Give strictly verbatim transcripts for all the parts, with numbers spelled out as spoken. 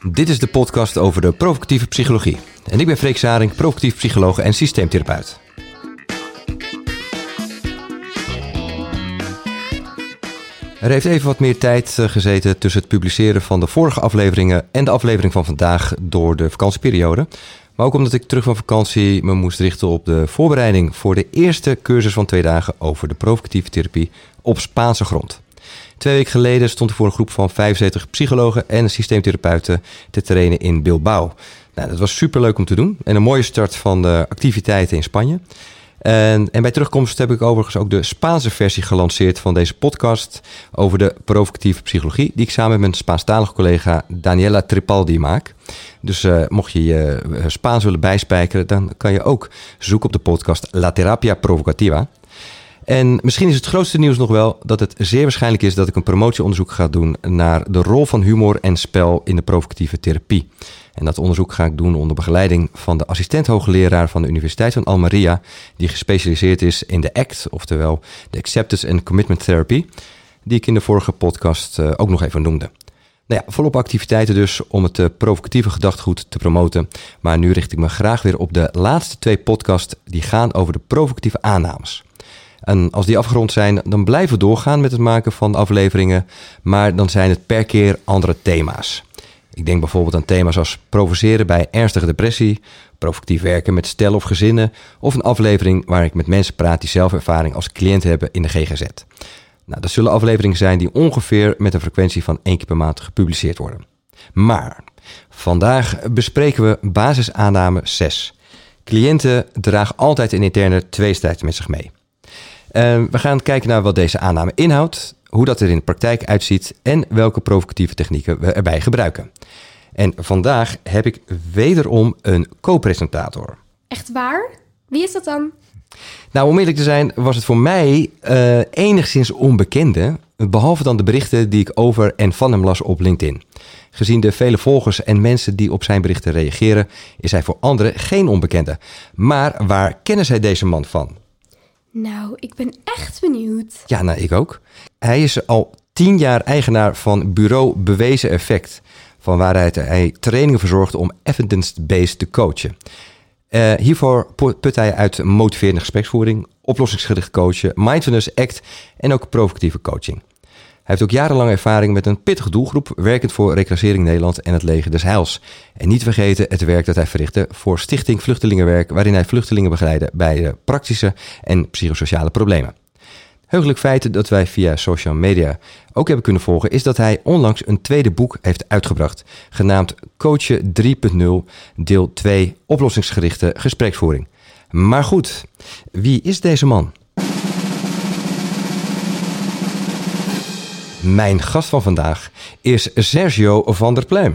Dit is de podcast over de provocatieve psychologie. En ik ben Freek Zaring, provocatief psycholoog en systeemtherapeut. Er heeft even wat meer tijd gezeten tussen het publiceren van de vorige afleveringen en de aflevering van vandaag door de vakantieperiode. Maar ook omdat ik terug van vakantie me moest richten op de voorbereiding voor de eerste cursus van twee dagen over de provocatieve therapie op Spaanse grond. Twee weken geleden stond ik voor een groep van vijfenzeventig psychologen en systeemtherapeuten te trainen in Bilbao. Nou, dat was superleuk om te doen en een mooie start van de activiteiten in Spanje. En, en bij terugkomst heb ik overigens ook de Spaanse versie gelanceerd van deze podcast over de provocatieve psychologie, die ik samen met mijn Spaanstalige collega Daniela Tripaldi maak. Dus uh, mocht je je Spaans willen bijspijkeren, dan kan je ook zoeken op de podcast La Terapia Provocativa. En misschien is het grootste nieuws nog wel dat het zeer waarschijnlijk is dat ik een promotieonderzoek ga doen naar de rol van humor en spel in de provocatieve therapie. En dat onderzoek ga ik doen onder begeleiding van de assistent-hoogleraar van de Universiteit van Almeria, die gespecialiseerd is in de A C T, oftewel de Acceptance and Commitment Therapy, die ik in de vorige podcast uh, ook nog even noemde. Nou ja, volop activiteiten dus om het uh, provocatieve gedachtegoed te promoten. Maar nu richt ik me graag weer op de laatste twee podcasts die gaan over de provocatieve aannames. En als die afgerond zijn, dan blijven we doorgaan met het maken van afleveringen, maar dan zijn het per keer andere thema's. Ik denk bijvoorbeeld aan thema's als provoceren bij ernstige depressie, provocatief werken met stellen of gezinnen, of een aflevering waar ik met mensen praat die zelf ervaring als cliënt hebben in de G G Z. Nou, dat zullen afleveringen zijn die ongeveer met een frequentie van één keer per maand gepubliceerd worden. Maar vandaag bespreken we basisaanname zes. Cliënten dragen altijd een interne tweestrijd met zich mee. Uh, we gaan kijken naar wat deze aanname inhoudt, hoe dat er in de praktijk uitziet en welke provocatieve technieken we erbij gebruiken. En vandaag heb ik wederom een co-presentator. Echt waar? Wie is dat dan? Nou, om eerlijk te zijn was het voor mij uh, enigszins onbekende, behalve dan de berichten die ik over en van hem las op LinkedIn. Gezien de vele volgers en mensen die op zijn berichten reageren, is hij voor anderen geen onbekende. Maar waar kennen zij deze man van? Nou, ik ben echt benieuwd. Ja, nou, ik ook. Hij is al tien jaar eigenaar van bureau Bewezen Effect, van waaruit hij trainingen verzorgt om evidence-based te coachen. Uh, hiervoor put hij uit motiverende gespreksvoering, oplossingsgericht coachen, mindfulness, A C T en ook provocatieve coaching. Hij heeft ook jarenlang ervaring met een pittige doelgroep, werkend voor Reclassering Nederland en het Leger des Heils. En niet vergeten het werk dat hij verrichtte voor Stichting Vluchtelingenwerk, waarin hij vluchtelingen begeleidde bij de praktische en psychosociale problemen. Heugelijk feit dat wij via social media ook hebben kunnen volgen, is dat hij onlangs een tweede boek heeft uitgebracht, genaamd Coachen drie punt nul, deel twee, oplossingsgerichte gespreksvoering. Maar goed, wie is deze man? Mijn gast van vandaag is Sergio van der Pluim.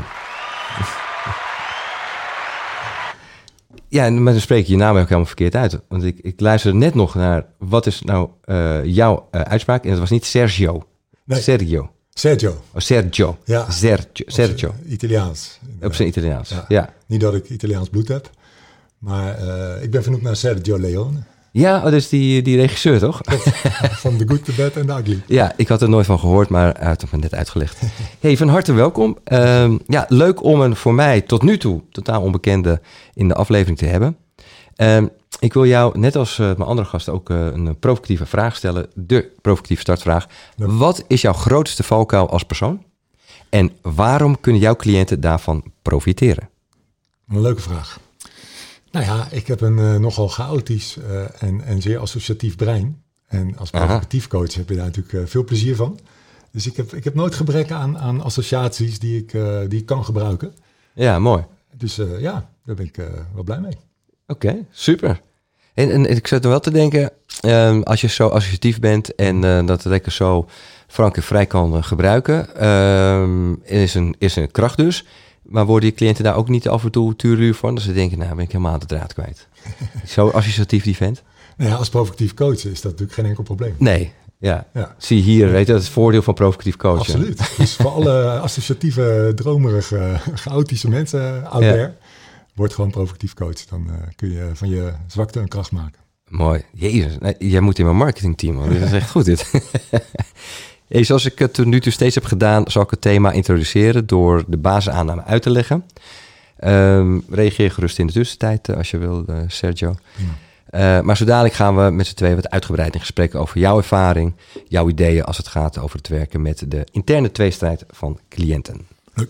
Ja, maar dan spreek je je naam ook helemaal verkeerd uit. Want ik, ik luisterde net nog naar, wat is nou uh, jouw uh, uitspraak? En het was niet Sergio. Nee. Sergio. Sergio. Oh, Sergio. Ja. Sergio. Sergio. Italiaans. Op zijn Italiaans, ja. ja. Niet dat ik Italiaans bloed heb, maar uh, ik ben vernoemd naar Sergio Leone. Ja, dat is die, die regisseur, toch? Van The Good, The Bad and The Ugly. Ja, ik had er nooit van gehoord, maar hij had het me net uitgelegd. Hey, van harte welkom. Uh, ja, leuk om een voor mij tot nu toe totaal onbekende in de aflevering te hebben. Uh, ik wil jou, net als uh, mijn andere gasten, ook uh, een provocatieve vraag stellen. De provocatieve startvraag. Leuk. Wat is jouw grootste valkuil als persoon? En waarom kunnen jouw cliënten daarvan profiteren? Een leuke vraag. Nou ja, ik heb een uh, nogal chaotisch uh, en, en zeer associatief brein. En als provocatief coach heb je daar natuurlijk uh, veel plezier van. Dus ik heb, ik heb nooit gebrek aan, aan associaties die ik, uh, die ik kan gebruiken. Ja, mooi. Dus uh, ja, daar ben ik uh, wel blij mee. Oké, okay, super. En, en ik zat er wel te denken, um, als je zo associatief bent en uh, dat lekker zo frank en vrij kan uh, gebruiken, um, is, een, is een kracht dus. Maar worden je cliënten daar ook niet af en toe tuurluur van? Dat ze denken, nou ben ik helemaal de draad kwijt. Zo associatief die vent. Nou ja, als provocatief coach is dat natuurlijk geen enkel probleem. Nee, ja. ja. Zie hier, weet je, dat is het voordeel van provocatief coachen. Absoluut. Dus voor alle associatieve, dromerige, chaotische mensen out ja. there, word gewoon provocatief coach. Dan uh, kun je van je zwakte een kracht maken. Mooi. Jezus, jij moet in mijn marketingteam, man. Dit is echt goed dit. Hey, zoals ik het tot nu toe steeds heb gedaan, zal ik het thema introduceren door de basisaanname uit te leggen. Um, reageer gerust in de tussentijd uh, als je wil, uh, Sergio. Ja. Uh, maar zo dadelijk gaan we met z'n tweeën wat uitgebreid in gesprek over jouw ervaring, jouw ideeën als het gaat over het werken met de interne tweestrijd van cliënten. Leuk.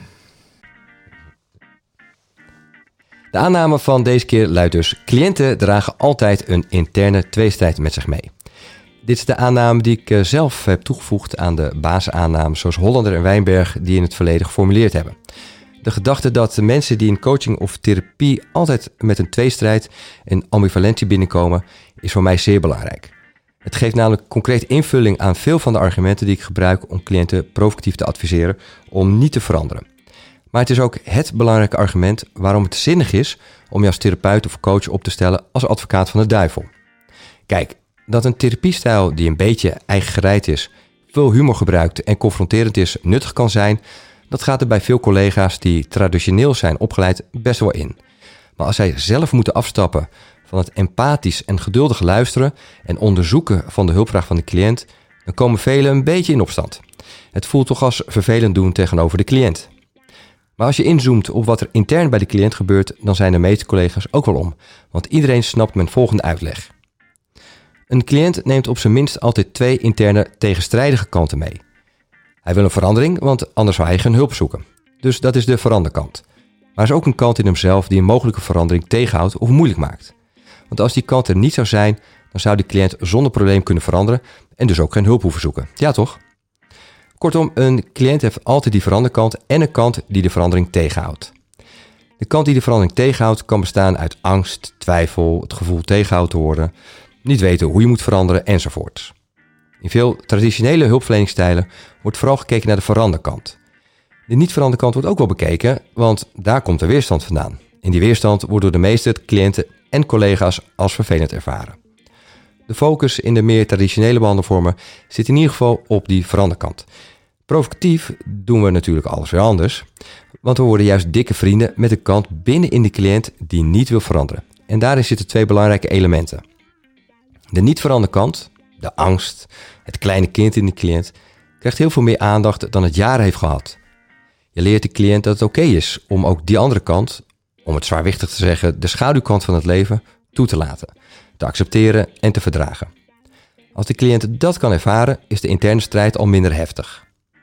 De aanname van deze keer luidt dus: cliënten dragen altijd een interne tweestrijd met zich mee. Dit is de aanname die ik uh, zelf heb toegevoegd aan de basisaannames zoals Hollander en Wijnberg die in het verleden geformuleerd hebben. De gedachte dat de mensen die in coaching of therapie altijd met een tweestrijd en ambivalentie binnenkomen, is voor mij zeer belangrijk. Het geeft namelijk concreet invulling aan veel van de argumenten die ik gebruik om cliënten provocatief te adviseren om niet te veranderen. Maar het is ook het belangrijke argument waarom het zinnig is om je als therapeut of coach op te stellen als advocaat van de duivel. Kijk, dat een therapiestijl die een beetje eigengereid is, veel humor gebruikt en confronterend is, nuttig kan zijn, dat gaat er bij veel collega's die traditioneel zijn opgeleid best wel in. Maar als zij zelf moeten afstappen van het empathisch en geduldig luisteren en onderzoeken van de hulpvraag van de cliënt, dan komen velen een beetje in opstand. Het voelt toch als vervelend doen tegenover de cliënt. Maar als je inzoomt op wat er intern bij de cliënt gebeurt, dan zijn de meeste collega's ook wel om. Want iedereen snapt mijn volgende uitleg. Een cliënt neemt op zijn minst altijd twee interne tegenstrijdige kanten mee. Hij wil een verandering, want anders zou hij geen hulp zoeken. Dus dat is de veranderkant. Maar er is ook een kant in hemzelf die een mogelijke verandering tegenhoudt of moeilijk maakt. Want als die kant er niet zou zijn, dan zou de cliënt zonder probleem kunnen veranderen en dus ook geen hulp hoeven zoeken. Ja toch? Kortom, een cliënt heeft altijd die veranderkant en een kant die de verandering tegenhoudt. De kant die de verandering tegenhoudt kan bestaan uit angst, twijfel, het gevoel tegengehouden te worden, niet weten hoe je moet veranderen enzovoort. In veel traditionele hulpverleningsstijlen wordt vooral gekeken naar de veranderkant. De niet-veranderkant wordt ook wel bekeken, want daar komt de weerstand vandaan. En die weerstand wordt door de meeste cliënten en collega's als vervelend ervaren. De focus in de meer traditionele behandelvormen zit in ieder geval op die veranderkant. Provocatief doen we natuurlijk alles weer anders, want we worden juist dikke vrienden met de kant binnenin de cliënt die niet wil veranderen. En daarin zitten twee belangrijke elementen. De niet-veranderkant, de angst, het kleine kind in de cliënt, krijgt heel veel meer aandacht dan het jaren heeft gehad. Je leert de cliënt dat het oké is om ook die andere kant, om het zwaarwichtig te zeggen, de schaduwkant van het leven, toe te laten, te accepteren en te verdragen. Als de cliënt dat kan ervaren, is de interne strijd al minder heftig.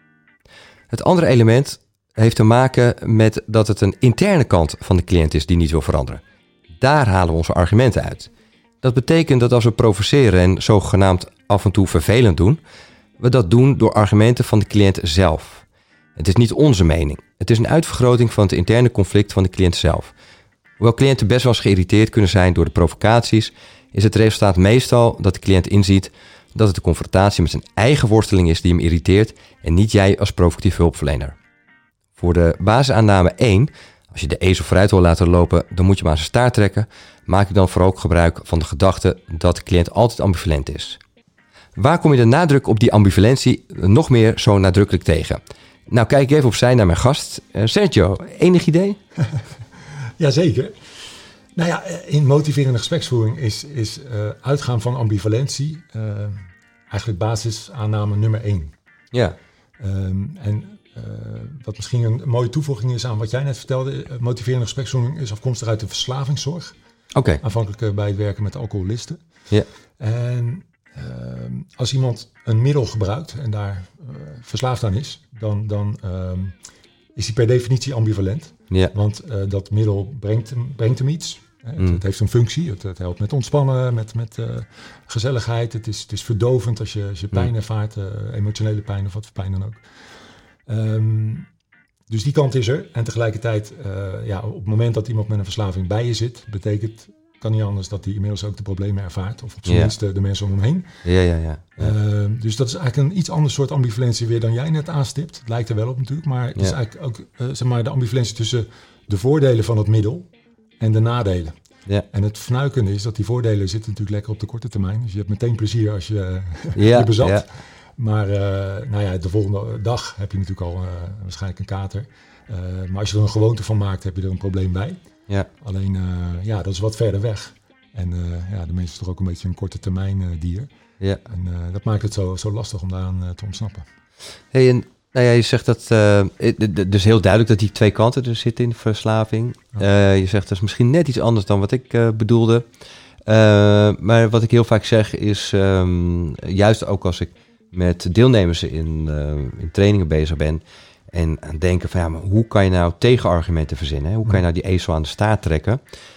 Het andere element heeft te maken met dat het een interne kant van de cliënt is die niet wil veranderen. Daar halen we onze argumenten uit. Dat betekent dat als we provoceren en zogenaamd af en toe vervelend doen, we dat doen door argumenten van de cliënt zelf. Het is niet onze mening. Het is een uitvergroting van het interne conflict van de cliënt zelf. Hoewel cliënten best wel eens geïrriteerd kunnen zijn door de provocaties, is het resultaat meestal dat de cliënt inziet dat het de confrontatie met zijn eigen worsteling is die hem irriteert en niet jij als provocatief hulpverlener. Voor de basisaanname één, als je de ezel vooruit wil laten lopen, dan moet je maar aan zijn staart trekken, maak ik dan vooral ook gebruik van de gedachte dat de cliënt altijd ambivalent is. Waar kom je de nadruk op die ambivalentie nog meer zo nadrukkelijk tegen? Nou, kijk even opzij naar mijn gast. Uh, Sergio, enig idee? Jazeker. Nou ja, in motiverende gespreksvoering is, is uh, uitgaan van ambivalentie uh, eigenlijk basisaanname nummer één. Ja. Um, en uh, wat misschien een mooie toevoeging is aan wat jij net vertelde, uh, motiverende gespreksvoering is afkomstig uit de verslavingszorg. Oké. Okay. Aanvankelijk uh, bij het werken met alcoholisten. Ja. En uh, als iemand een middel gebruikt en daar uh, verslaafd aan is, dan, dan uh, is hij per definitie ambivalent. Ja. Want uh, dat middel brengt hem, brengt hem iets. Het, mm. het heeft een functie. Het, het helpt met ontspannen, met, met uh, gezelligheid. Het is, het is verdovend als je, als je pijn mm. ervaart. Uh, emotionele pijn of wat voor pijn dan ook. Um, dus die kant is er. En tegelijkertijd, uh, ja, op het moment dat iemand met een verslaving bij je zit, betekent, kan niet anders dat hij inmiddels ook de problemen ervaart. Of op zijn minst yeah. de, de mensen om hem heen. Ja, ja, ja. ja. Uh, dus dat is eigenlijk een iets ander soort ambivalentie weer dan jij net aanstipt. Het lijkt er wel op natuurlijk. Maar het ja. is eigenlijk ook uh, zeg maar de ambivalentie tussen de voordelen van het middel en de nadelen. Ja. En het fnuikende is dat die voordelen zitten natuurlijk lekker op de korte termijn. Dus je hebt meteen plezier als je ja, je bezat. Ja. Maar uh, nou ja, de volgende dag heb je natuurlijk al uh, waarschijnlijk een kater. Uh, maar als je er een gewoonte van maakt, heb je er een probleem bij. Ja. Alleen, uh, ja, dat is wat verder weg. En uh, ja, de mens is toch ook een beetje een korte termijn uh, dier. Ja. En uh, dat maakt het zo, zo lastig om daaraan uh, te ontsnappen. Hey, en nou ja, je zegt dat, uh, dus heel duidelijk dat die twee kanten er zitten in de verslaving. Ja. Uh, je zegt dat is misschien net iets anders dan wat ik uh, bedoelde. Uh, maar wat ik heel vaak zeg is, um, juist ook als ik met deelnemers in, uh, in trainingen bezig ben en aan denken van ja, maar hoe kan je nou tegenargumenten verzinnen? Hè? Hoe kan je nou die ezel aan de staart trekken?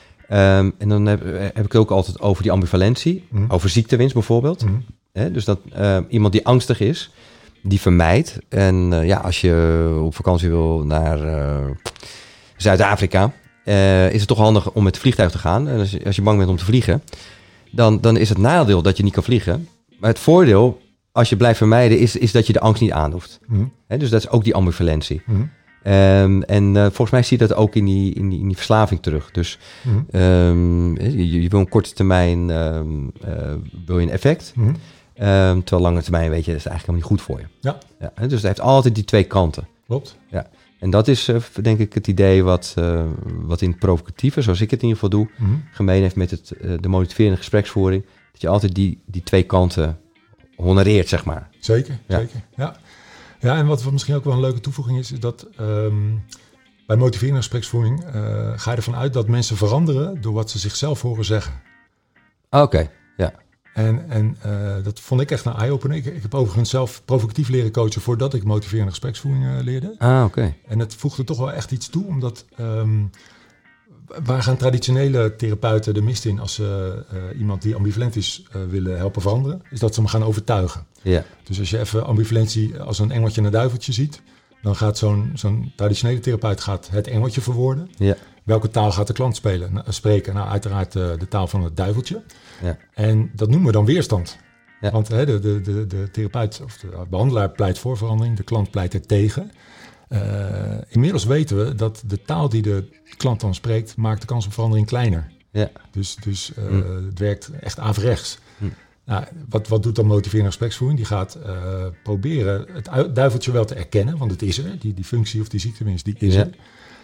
Um, en dan heb, heb ik het ook altijd over die ambivalentie, mm. over ziektewinst bijvoorbeeld. Mm. Hè? Dus dat uh, iemand die angstig is, die vermijdt. En uh, ja, als je op vakantie wil naar uh, Zuid-Afrika, uh, is het toch handig om met het vliegtuig te gaan. En als je, als je bang bent om te vliegen, dan, dan is het nadeel dat je niet kan vliegen. Maar het voordeel, als je blijft vermijden, is, is dat je de angst niet aanhoeft. Mm. Hè? Dus dat is ook die ambivalentie. Mm. Um, en uh, volgens mij zie je dat ook in die, in die, in die verslaving terug. Dus mm. um, je, je wil een korte termijn um, uh, wil je een effect. Mm. Um, terwijl lange termijn weet je, dat is eigenlijk helemaal niet goed voor je. Ja. Ja, dus het heeft altijd die twee kanten. Klopt. Ja. En dat is uh, denk ik het idee wat, uh, wat in het provocatieve, zoals ik het in ieder geval doe, mm. gemeen heeft met het, uh, de motiverende gespreksvoering. Dat je altijd die, die twee kanten honoreert, zeg maar. Zeker, ja. zeker. Ja. Ja, en wat misschien ook wel een leuke toevoeging is, is dat um, bij motiverende gespreksvoering uh, ga je ervan uit dat mensen veranderen door wat ze zichzelf horen zeggen. Oké, okay, ja. En, en uh, dat vond ik echt een eye-opener. Ik, ik heb overigens zelf provocatief leren coachen voordat ik motiverende gespreksvoering uh, leerde. Ah, oké. Okay. En het voegde toch wel echt iets toe, omdat um, waar gaan traditionele therapeuten de mist in als ze uh, iemand die ambivalent is uh, willen helpen veranderen, is dat ze hem gaan overtuigen. Ja. Dus als je even ambivalentie als een engeltje en een duiveltje ziet, dan gaat zo'n, zo'n traditionele therapeut gaat het engeltje verwoorden. Ja. Welke taal gaat de klant spelen, nou, spreken? Nou, uiteraard uh, de taal van het duiveltje. Ja. En dat noemen we dan weerstand. Ja. Want hè, de, de, de, de therapeut of de behandelaar pleit voor verandering, de klant pleit er tegen. Uh, inmiddels weten we dat de taal die de klant dan spreekt, maakt de kans op verandering kleiner. Ja. Dus, dus uh, mm. het werkt echt averechts. Mm. Nou, wat, wat doet dan motiverende gespreksvoering? Die gaat uh, proberen het duiveltje wel te erkennen, want het is er. Die, die functie of die ziektewinst, die is ja. er.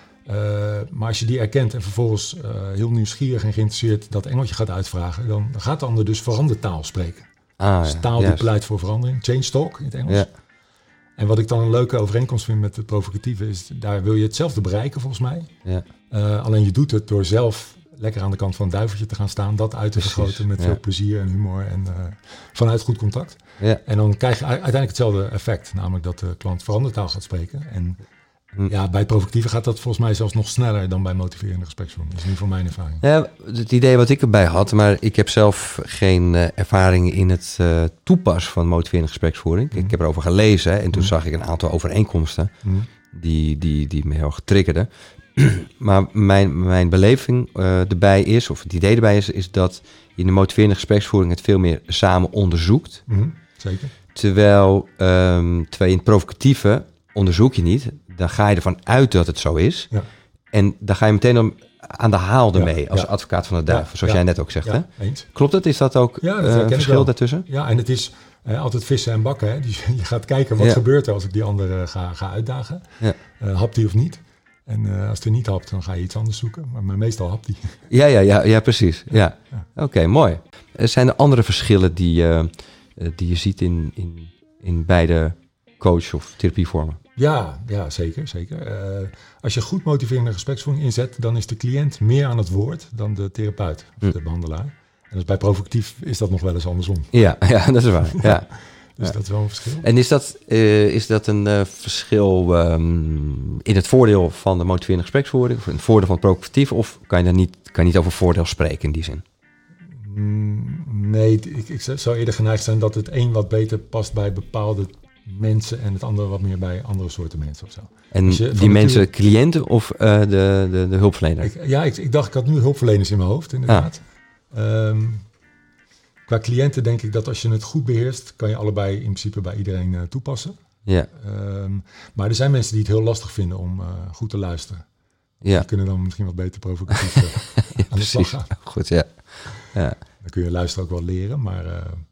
Uh, maar als je die erkent en vervolgens uh, heel nieuwsgierig en geïnteresseerd dat engeltje gaat uitvragen, dan gaat de ander dus verandertaal spreken. Ah, dus taal ja, die pleit voor verandering. Change talk in het Engels. Ja. En wat ik dan een leuke overeenkomst vind met het provocatieve is, daar wil je hetzelfde bereiken volgens mij. Ja. Uh, alleen je doet het door zelf lekker aan de kant van het duiveltje te gaan staan, dat uit te vergroten met ja. veel plezier en humor en uh, vanuit goed contact. Ja. En dan krijg je uiteindelijk hetzelfde effect, namelijk dat de klant verandertaal gaat spreken. En hm. ja, bij het provocatieve gaat dat volgens mij zelfs nog sneller dan bij motiverende gespreksvoering. Dat is in ieder geval mijn ervaring. Ja, het idee wat ik erbij had, maar ik heb zelf geen uh, ervaring in het uh, toepassen van motiverende gespreksvoering. Hm. Ik heb erover gelezen en toen hm. zag ik een aantal overeenkomsten hm. die, die, die me heel erg triggerden. Maar mijn, mijn beleving uh, erbij is, of het idee erbij is, is dat je in de motiverende gespreksvoering het veel meer samen onderzoekt. Mm, zeker. Terwijl, um, terwijl je in het provocatieve onderzoek je niet. Dan ga je ervan uit dat het zo is. Ja. En dan ga je meteen dan aan de haal ermee ja, als ja. advocaat van de duivel. Ja, zoals ja, jij net ook zegt. Ja, hè? Eens. Klopt dat? Is dat ook ja, dat uh, een verschil daartussen? Ja, en het is uh, altijd vissen en bakken. Hè? Dus je gaat kijken wat ja. gebeurt er als ik die andere uh, ga, ga uitdagen. Ja. Uh, hapt die of niet? En uh, als het er niet hapt, dan ga je iets anders zoeken. Maar, maar meestal hapt die. Ja, ja, ja, ja precies. Ja. Ja. Oké, okay, mooi. Er zijn er andere verschillen die, uh, die je ziet in, in, in beide coach- of therapievormen? Ja, ja zeker. zeker. Uh, als je goed motiverende gespreksvoering inzet, dan is de cliënt meer aan het woord dan de therapeut of hm. de behandelaar. En dus bij provocatief is dat nog wel eens andersom. Ja, ja dat is waar. Ja. Dus ja. dat is wel een verschil. En is dat, uh, is dat een uh, verschil um, in het voordeel van de motiverende gespreksvoering, of in het voordeel van het provocatief, of kan je daar niet, kan je niet over voordeel spreken in die zin? Mm, nee, ik, ik zou eerder geneigd zijn dat het een wat beter past bij bepaalde mensen en het andere wat meer bij andere soorten mensen of zo. En je, die mensen, natuur... cliënten of uh, de, de, de hulpverlener? Ik, ja, ik, ik dacht, ik had nu hulpverleners in mijn hoofd, inderdaad. Ah. Um, Qua cliënten denk ik dat als je het goed beheerst, kan je allebei in principe bij iedereen uh, toepassen. Ja. Um, maar er zijn mensen die het heel lastig vinden om uh, goed te luisteren. Ja. Die kunnen dan misschien wat beter provocatief uh, ja, aan de slag gaan. Goed, ja. ja. Dan kun je luisteren ook wel leren, maar uh,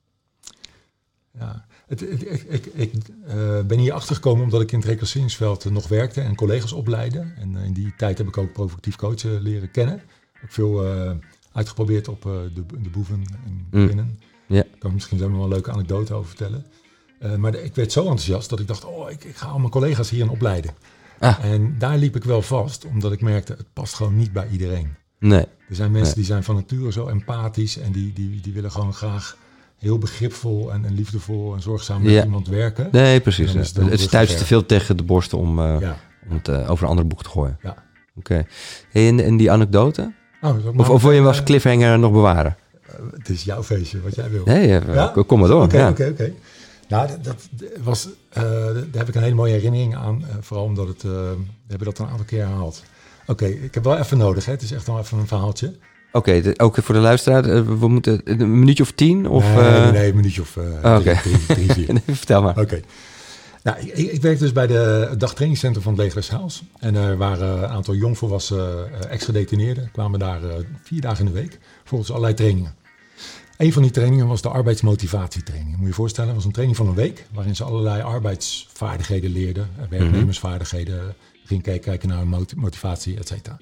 ja. Het, het, ik ik, ik uh, ben hier achter gekomen omdat ik in het reclasseringsveld nog werkte en collega's opleidde. En uh, in die tijd heb ik ook provocatief coachen leren kennen. Ook veel uh, uitgeprobeerd op uh, de, de boeven en binnen. Mm. Ja. Ik kan misschien zo nog wel een leuke anekdote over vertellen. Uh, maar de, ik werd zo enthousiast dat ik dacht, oh, ik, ik ga al mijn collega's hierin opleiden. Ah. En daar liep ik wel vast, omdat ik merkte, het past gewoon niet bij iedereen. Nee. Er zijn mensen nee. die zijn van nature zo empathisch en die, die, die willen gewoon graag heel begripvol en, en liefdevol en zorgzaam met ja. iemand werken. Nee, precies. Het, het stuit te veel tegen de borst om, uh, ja. om het uh, over een ander boek te gooien. Ja. Oké. Okay. Hey, en, en die anecdote? Oh, of, of wil je hem als cliffhanger nog bewaren? Uh, het is jouw feestje, wat jij wil. Nee, ja, ja? Kom maar door. Oké, okay, oké, ja. oké. Okay. Nou, dat, dat was, uh, daar heb ik een hele mooie herinnering aan. Uh, vooral omdat het, uh, we hebben dat een aantal keer herhaald. Oké, okay, ik heb wel even nodig. Hè? Het is echt wel even een verhaaltje. Oké, okay, ook voor de luisteraar. Uh, we moeten een minuutje of tien? Of, nee, uh... nee, een minuutje of uh, oh, okay. drie, drie, drie, vier. nee, vertel maar. Oké. Okay. Nou, ik, ik werk dus bij de, het dagtrainingscentrum van het Legerhuis. En er waren een aantal jongvolwassen uh, ex-gedetineerden. Kwamen daar uh, vier dagen in de week volgens allerlei trainingen. Een van die trainingen was de arbeidsmotivatietraining. Moet je je voorstellen, het was een training van een week waarin ze allerlei arbeidsvaardigheden leerden, werknemersvaardigheden, gingen kijken, kijken naar motivatie, et cetera.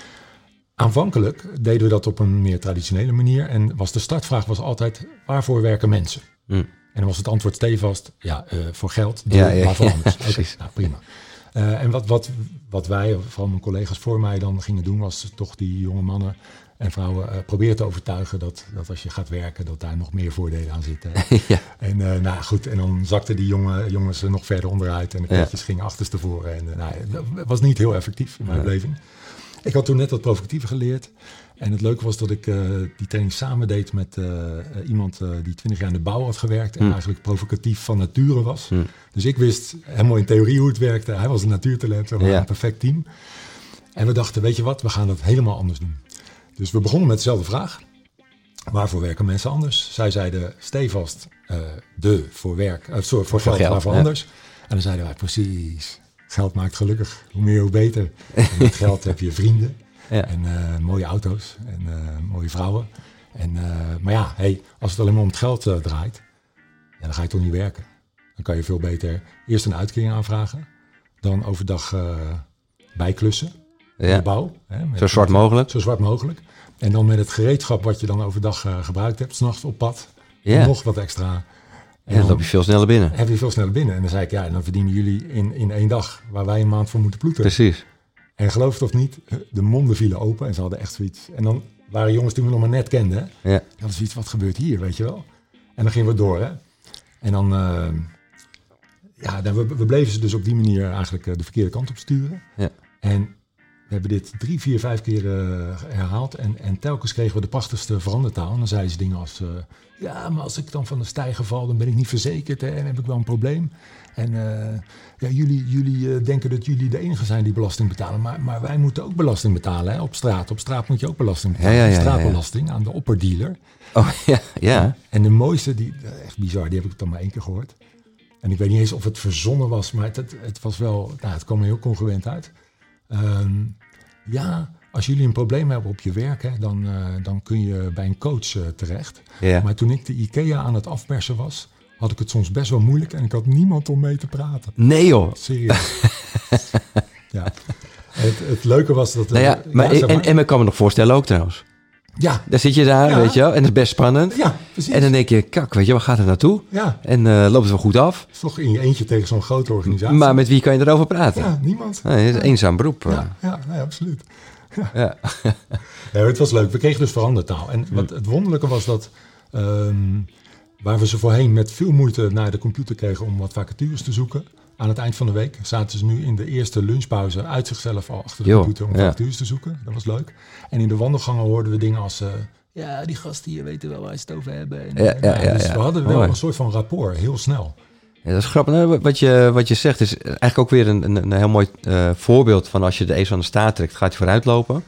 Aanvankelijk deden we dat op een meer traditionele manier en was de startvraag was altijd, waarvoor werken mensen? Mm. En dan was het antwoord stevast, ja, uh, voor geld, door, ja, ja, waarvoor ja, anders. Oké, okay, nou, prima. Uh, en wat, wat, wat wij, vooral mijn collega's voor mij dan gingen doen, was toch die jonge mannen en vrouwen uh, proberen te overtuigen dat, dat als je gaat werken, dat daar nog meer voordelen aan zitten. ja. En uh, nou goed, en dan zakten die jonge, jongens nog verder onderuit en de petjes ja. gingen achterstevoren. En uh, nou, dat was niet heel effectief in mijn ja. beleving. Ik had toen net wat provocatiever geleerd. En het leuke was dat ik uh, die training samen deed met uh, iemand uh, die twintig jaar in de bouw had gewerkt. En mm. eigenlijk provocatief van nature was. Mm. Dus ik wist helemaal in theorie hoe het werkte. Hij was een natuurtalent, we waren ja. een perfect team. En we dachten, weet je wat, we gaan dat helemaal anders doen. Dus we begonnen met dezelfde vraag. Waarvoor werken mensen anders? Zij zeiden stevast uh, de voor werk, uh, sorry, voor, voor geld, geld, waarvoor ja. anders. En dan zeiden wij precies, geld maakt gelukkig. Hoe meer, hoe beter. En met geld heb je vrienden. Ja. En uh, mooie auto's en uh, mooie vrouwen. En, uh, maar ja, hey, als het alleen maar om het geld uh, draait, ja, dan ga je toch niet werken. Dan kan je veel beter eerst een uitkering aanvragen. Dan overdag uh, bijklussen in ja. de bouw. Hè, zo zwart met, mogelijk. Zo zwart mogelijk. En dan met het gereedschap wat je dan overdag uh, gebruikt hebt, 's nachts op pad. Ja. Nog wat extra. En ja, dan loop je veel sneller binnen. Heb je veel sneller binnen. En dan zei ik, ja, dan verdienen jullie in, in één dag waar wij een maand voor moeten ploeteren. Precies. En geloof het of niet, de monden vielen open en ze hadden echt zoiets. En dan waren jongens die we nog maar net kenden. Hè? Ja. Die hadden zoiets, wat gebeurt hier, weet je wel? En dan gingen we door, hè. En dan, uh, ja, dan, we, we bleven ze dus op die manier eigenlijk uh, de verkeerde kant op sturen. Ja. En we hebben dit drie, vier, vijf keer uh, herhaald. En, en telkens kregen we de prachtigste verandertaal. En dan zeiden ze dingen als, uh, ja, maar als ik dan van de steiger val, dan ben ik niet verzekerd. Hè, en heb ik wel een probleem. En uh, ja, jullie, jullie uh, denken dat jullie de enige zijn die belasting betalen. Maar, maar wij moeten ook belasting betalen, hè, op straat. Op straat moet je ook belasting betalen. Ja, ja, ja, straatbelasting ja, ja. aan de opperdealer. Oh, ja, ja. En, en de mooiste, die, echt bizar, die heb ik dan maar één keer gehoord. En ik weet niet eens of het verzonnen was, maar het, het, het was wel, nou, het kwam er heel congruent uit. Um, ja, als jullie een probleem hebben op je werk, hè, dan, uh, dan kun je bij een coach uh, terecht. Ja. Maar toen ik de IKEA aan het afpersen was, had ik het soms best wel moeilijk en ik had niemand om mee te praten. Nee joh. Serieus. ja. Het, het leuke was dat... Nou ja, maar, ja, zeg maar en, en ik kan me nog voorstellen ook trouwens. Ja. Daar zit je daar, ja. weet je wel, en dat is best spannend. Ja, precies. En dan denk je, kak, weet je, waar gaat het naartoe? Ja. En uh, loopt het wel goed af? Het is toch in je eentje tegen zo'n grote organisatie. Maar met wie kan je erover praten? Ja, niemand. Nee, het is een ja. eenzaam beroep. Ja, ja, nee, absoluut. Ja. Ja. ja, het was leuk. We kregen dus verandertaal. En wat het wonderlijke was dat... Um, waar we ze voorheen met veel moeite naar de computer kregen om wat vacatures te zoeken. Aan het eind van de week zaten ze nu in de eerste lunchpauze uit zichzelf al achter de jo, computer om ja. vacatures te zoeken. Dat was leuk. En in de wandelgangen hoorden we dingen als... Uh, ja, die gasten hier weten wel waar ze het over hebben. En, ja, ja, ja, dus ja. we hadden wel Mooi. een soort van rapport, heel snel. Ja, dat is grappig. Nou, wat, je, wat je zegt is eigenlijk ook weer een, een, een heel mooi uh, voorbeeld van als je de ezel aan de staart trekt, gaat hij vooruitlopen.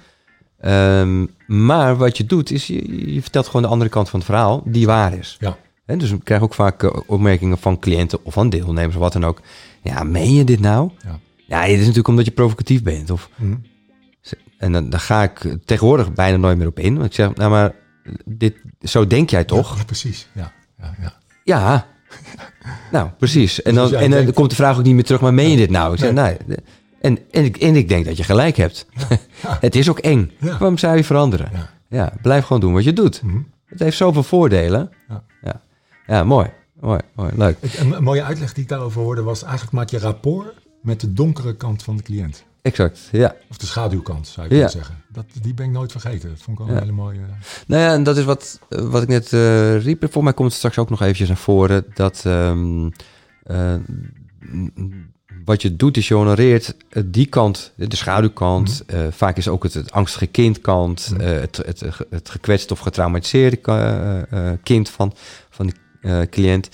Um, maar wat je doet is, je, je vertelt gewoon de andere kant van het verhaal die waar is. Ja. He, dus we krijgen ook vaak uh, opmerkingen van cliënten of van deelnemers of wat dan ook. Ja, meen je dit nou? Ja, ja dit is natuurlijk omdat je provocatief bent. Of, mm. En dan, dan ga ik tegenwoordig bijna nooit meer op in. Want ik zeg, nou maar, dit, zo denk jij toch? Ja, ja precies. Ja, ja, ja. ja. nou, precies. En dan, dus en dan denkt... komt de vraag ook niet meer terug, maar meen je dit nou? Ik zeg, nee. nee. En, en, ik, en ik denk dat je gelijk hebt. Ja, ja. Het is ook eng. Ja. Waarom zou je veranderen? Ja. ja, blijf gewoon doen wat je doet. Mm-hmm. Het heeft zoveel voordelen. Ja, ja. ja mooi. mooi. Mooi. Leuk. Een, een mooie uitleg die ik daarover hoorde was... eigenlijk maak je rapport met de donkere kant van de cliënt. Exact, ja. Of de schaduwkant, zou ik ja. willen zeggen. Dat, die ben ik nooit vergeten. Dat vond ik wel ja. een hele mooie... Nou ja, en dat is wat, wat ik net uh, riep. Volgens mij komt het straks ook nog eventjes naar voren... dat um, uh, wat je doet is je honoreert die kant, de schaduwkant. Mm-hmm. Uh, vaak is ook het, het angstige kindkant... Mm-hmm. Uh, het, het, het gekwetste of getraumatiseerde uh, uh, kind van, van die uh, cliënt...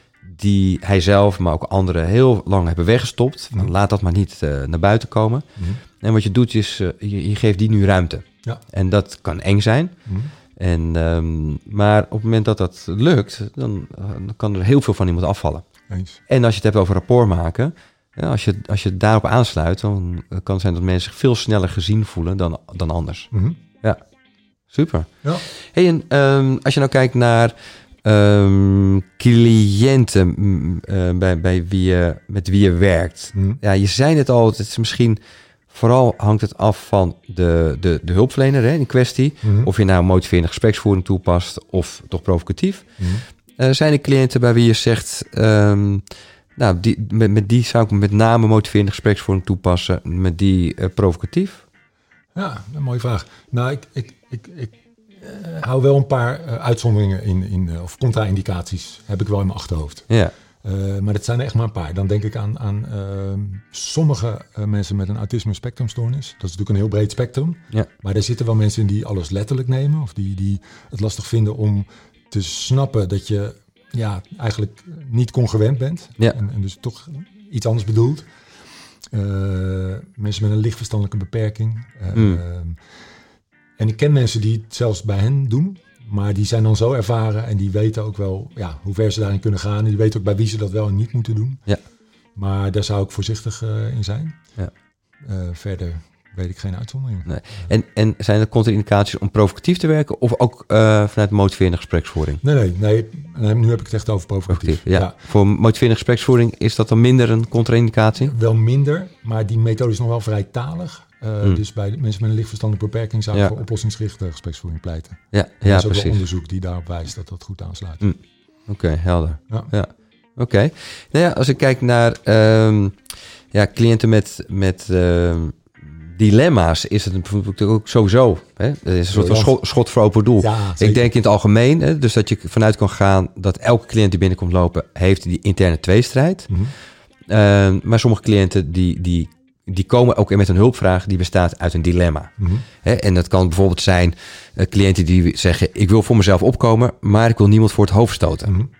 die hij zelf, maar ook anderen heel lang hebben weggestopt. Mm-hmm. Laat dat maar niet uh, naar buiten komen. Mm-hmm. En wat je doet is, uh, je, je geeft die nu ruimte. Ja. En dat kan eng zijn. Mm-hmm. En, um, maar op het moment dat dat lukt, dan, uh, dan kan er heel veel van iemand afvallen. Eens. En als je het hebt over rapport maken, ja, als, je, als je daarop aansluit, dan kan het zijn dat mensen zich veel sneller gezien voelen dan, dan anders. Mm-hmm. Ja, super. Ja. Hey, en um, als je nou kijkt naar um, cliënten uh, bij, bij wie je, met wie je werkt. Mm-hmm. Ja, je zei het al, het is misschien... Vooral hangt het af van de, de, de hulpverlener hè, in kwestie. Mm-hmm. Of je nou motiverende gespreksvoering toepast of toch provocatief. Mm-hmm. Uh, zijn er cliënten bij wie je zegt... Um, nou, die, met, met die zou ik met name motiverende gespreksvoering toepassen. Met die uh, provocatief? Ja, een mooie vraag. Nou, ik, ik, ik, ik uh, hou wel een paar uh, uitzonderingen in, in uh, of contra-indicaties heb ik wel in mijn achterhoofd. Ja. Uh, maar dat zijn er echt maar een paar. Dan denk ik aan, aan uh, sommige uh, mensen met een autisme spectrumstoornis. Dat is natuurlijk een heel breed spectrum. Ja. Maar er zitten wel mensen in die alles letterlijk nemen. Of die, die het lastig vinden om te snappen dat je ja, eigenlijk niet congruent bent. Ja. En, en dus toch iets anders bedoelt. Uh, mensen met een licht verstandelijke beperking. Uh, mm. uh, en ik ken mensen die het zelfs bij hen doen. Maar die zijn dan zo ervaren en die weten ook wel ja, hoe ver ze daarin kunnen gaan. En die weten ook bij wie ze dat wel en niet moeten doen. Ja. Maar daar zou ik voorzichtig uh, in zijn. Ja. Uh, verder weet ik geen uitzonderingen. Nee. En, en zijn er contra-indicaties om provocatief te werken of ook uh, vanuit motiverende gespreksvoering? Nee, nee, nee, nee. Nu heb ik het echt over provocatief. provocatief ja. Ja. Voor motiverende gespreksvoering is dat dan minder een contra-indicatie? Wel minder, maar die methode is nog wel vrij talig. Uh, mm. Dus bij mensen met een lichtverstandelijke beperking zou ik ja. voor oplossingsgerichte gespreksvoering pleiten. Ja, ja, er is ook precies. wel onderzoek die daarop wijst dat dat goed aansluit. Mm. Oké, okay, helder. Ja. ja. Oké. Okay. Nou ja, als ik kijk naar um, ja, cliënten met, met uh, dilemma's, is het bijvoorbeeld ook sowieso. Hè? Het is een soort van schot, schot voor open doel. Ja, ik denk in het algemeen, hè, dus dat je vanuit kan gaan dat elke cliënt die binnenkomt lopen, heeft die interne tweestrijd. Mm-hmm. Uh, maar sommige cliënten die, die Die komen ook met een hulpvraag die bestaat uit een dilemma. Mm-hmm. He, en dat kan bijvoorbeeld zijn uh, cliënten die zeggen... ik wil voor mezelf opkomen, maar ik wil niemand voor het hoofd stoten. Mm-hmm.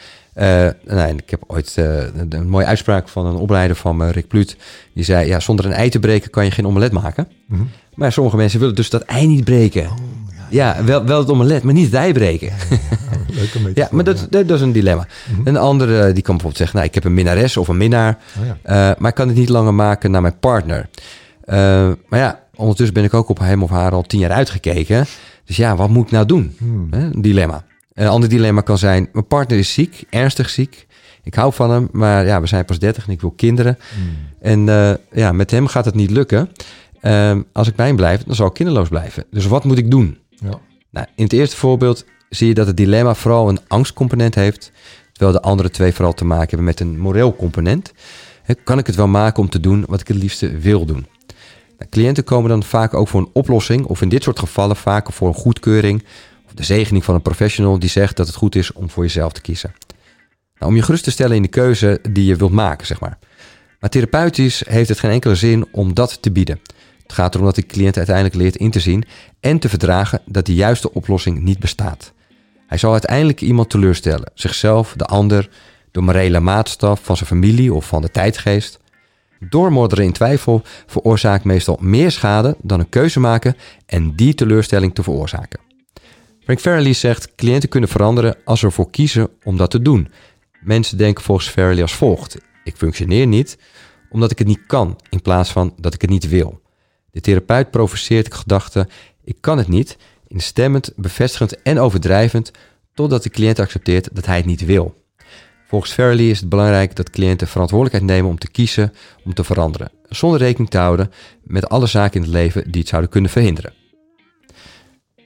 Uh, nou, ik heb ooit uh, een, een mooie uitspraak van een opleider van me, Rick Pluut. Die zei, ja, zonder een ei te breken kan je geen omelet maken. Mm-hmm. Maar sommige mensen willen dus dat ei niet breken. Oh, ja, ja wel, wel het omelet, maar niet het ei breken. Ja, ja, ja. Leuke metafoor, ja, maar dat, ja. dat, dat is een dilemma. Mm-hmm. Een andere die kan bijvoorbeeld zeggen... nou, ik heb een minnares of een minnaar... Oh, ja. uh, maar ik kan het niet langer maken naar mijn partner. Uh, maar ja, ondertussen ben ik ook op hem of haar al tien jaar uitgekeken. Dus ja, wat moet ik nou doen? Mm. Uh, een dilemma. Een ander dilemma kan zijn... mijn partner is ziek, ernstig ziek. Ik hou van hem, maar ja, we zijn pas dertig en ik wil kinderen. Mm. En uh, ja, met hem gaat het niet lukken... Uh, als ik bij hem blijf, dan zal ik kinderloos blijven. Dus wat moet ik doen? Ja. Nou, in het eerste voorbeeld zie je dat het dilemma vooral een angstcomponent heeft... terwijl de andere twee vooral te maken hebben met een moreel component. He, kan ik het wel maken om te doen wat ik het liefste wil doen? Nou, cliënten komen dan vaak ook voor een oplossing... of in dit soort gevallen vaker voor een goedkeuring... of de zegening van een professional die zegt dat het goed is om voor jezelf te kiezen. Nou, om je gerust te stellen in de keuze die je wilt maken, zeg maar. Maar therapeutisch heeft het geen enkele zin om dat te bieden... Het gaat erom dat de cliënt uiteindelijk leert in te zien en te verdragen dat de juiste oplossing niet bestaat. Hij zal uiteindelijk iemand teleurstellen, zichzelf, de ander, de morele maatstaf van zijn familie of van de tijdgeest. Doormodderen in twijfel veroorzaakt meestal meer schade dan een keuze maken en die teleurstelling te veroorzaken. Frank Farrelly zegt, cliënten kunnen veranderen als ze ervoor kiezen om dat te doen. Mensen denken volgens Farrelly als volgt. Ik functioneer niet omdat ik het niet kan in plaats van dat ik het niet wil. De therapeut provoceert de gedachte, ik kan het niet, instemmend, bevestigend en overdrijvend, totdat de cliënt accepteert dat hij het niet wil. Volgens Farrelly is het belangrijk dat cliënten verantwoordelijkheid nemen om te kiezen, om te veranderen, zonder rekening te houden met alle zaken in het leven die het zouden kunnen verhinderen.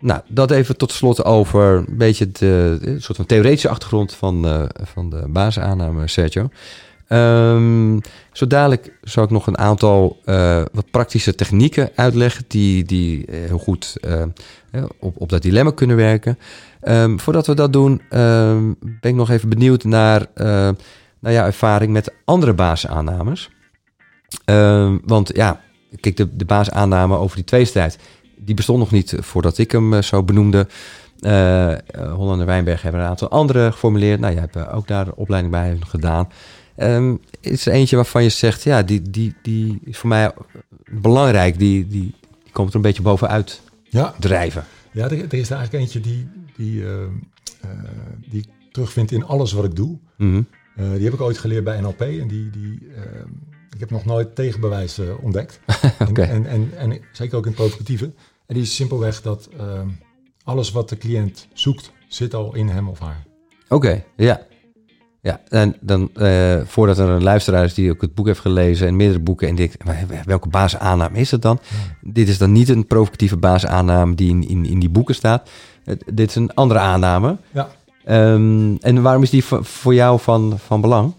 nou, dat even tot slot over een beetje de, de soort van theoretische achtergrond van, uh, van de basisaanname, Sergio. Um, zo dadelijk zal ik nog een aantal uh, wat praktische technieken uitleggen die, die uh, heel goed uh, op, op dat dilemma kunnen werken. Um, voordat we dat doen, um, ben ik nog even benieuwd naar uh, nou ja, ervaring met andere basisaannames. Um, want ja, kijk, de, de basisaanname over die tweestrijd, die bestond nog niet voordat ik hem uh, zo benoemde. Uh, uh, Holland en Wijnberg hebben een aantal andere geformuleerd. Nou, jij hebt uh, ook daar de opleiding bij gedaan. Um, is er eentje waarvan je zegt, ja, die, die, die is voor mij belangrijk. Die, die, die komt er een beetje bovenuit ja. drijven. Ja, er, er is er eigenlijk eentje die, die, uh, uh, die ik terugvind in alles wat ik doe. Mm-hmm. Uh, die heb ik ooit geleerd bij N L P. En die, die, uh, ik heb nog nooit tegenbewijs uh, ontdekt. okay. en, en, en, en zeker ook in het provocatieve. En die is simpelweg dat uh, alles wat de cliënt zoekt, zit al in hem of haar. Oké, okay, ja. Ja, en dan uh, voordat er een luisteraar is die ook het boek heeft gelezen en meerdere boeken en denkt, welke basisaanname is het dan? Ja. Dit is dan niet een provocatieve basisaanname die in, in, in die boeken staat. Uh, dit is een andere aanname. Ja. Um, en waarom is die v- voor jou van, van belang?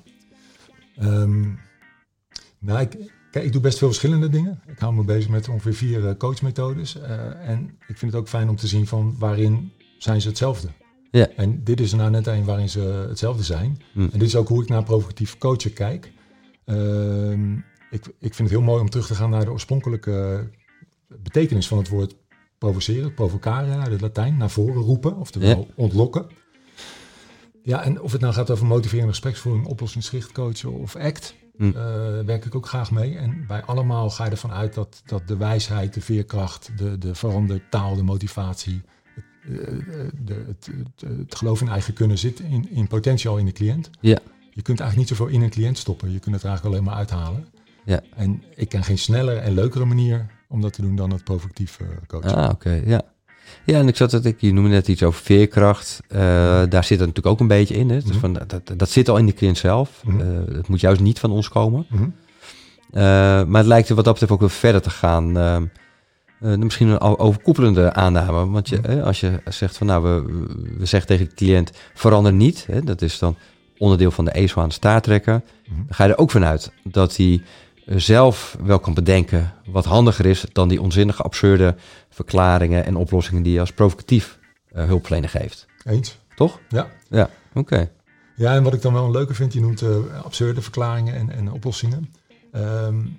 Um, nou, ik, kijk, ik doe best veel verschillende dingen. Ik hou me bezig met ongeveer vier uh, coachmethodes. Uh, en ik vind het ook fijn om te zien van waarin zijn ze hetzelfde. Ja. En dit is er nou net een waarin ze hetzelfde zijn. Hmm. En dit is ook hoe ik naar provocatief coachen kijk. Uh, ik, ik vind het heel mooi om terug te gaan naar de oorspronkelijke betekenis van het woord provoceren. Provocare uit het Latijn, naar voren roepen, oftewel ja. ontlokken. Ja, en of het nou gaat over motiverende gespreksvoering, oplossingsgericht coachen of ACT, hmm. uh, werk ik ook graag mee. En bij allemaal ga je ervan uit dat, dat de wijsheid, de veerkracht, de, de veranderde taal, de motivatie, De, de, het, het, het geloof in eigen kunnen zit in, in potentie al in de cliënt. Ja. Je kunt eigenlijk niet zoveel in een cliënt stoppen. Je kunt het er eigenlijk alleen maar uithalen. Ja. En ik ken geen snellere en leukere manier om dat te doen dan het provocatief uh, coachen. Ah, oké, okay, ja. Ja, en ik zat dat ik, je noemde net iets over veerkracht. Uh, daar zit het natuurlijk ook een beetje in. Hè? Mm-hmm. Dus van, dat, dat zit al in de cliënt zelf. Mm-hmm. Uh, het moet juist niet van ons komen. Mm-hmm. Uh, maar het lijkt er wat dat betreft ook wel verder te gaan. Uh, Uh, misschien een overkoepelende aanname. Want je, hè, als je zegt van nou, we, we zeggen tegen de cliënt verander niet. Hè, dat is dan onderdeel van de ezel aan de staart trekken. Mm-hmm. Dan ga je er ook vanuit dat hij zelf wel kan bedenken wat handiger is dan die onzinnige, absurde verklaringen en oplossingen die je als provocatief uh, hulpverlener geeft. Eens. Toch? Ja. Ja, oké. Okay. Ja, en wat ik dan wel een leuke vind, je noemt uh, absurde verklaringen en, en oplossingen. Um,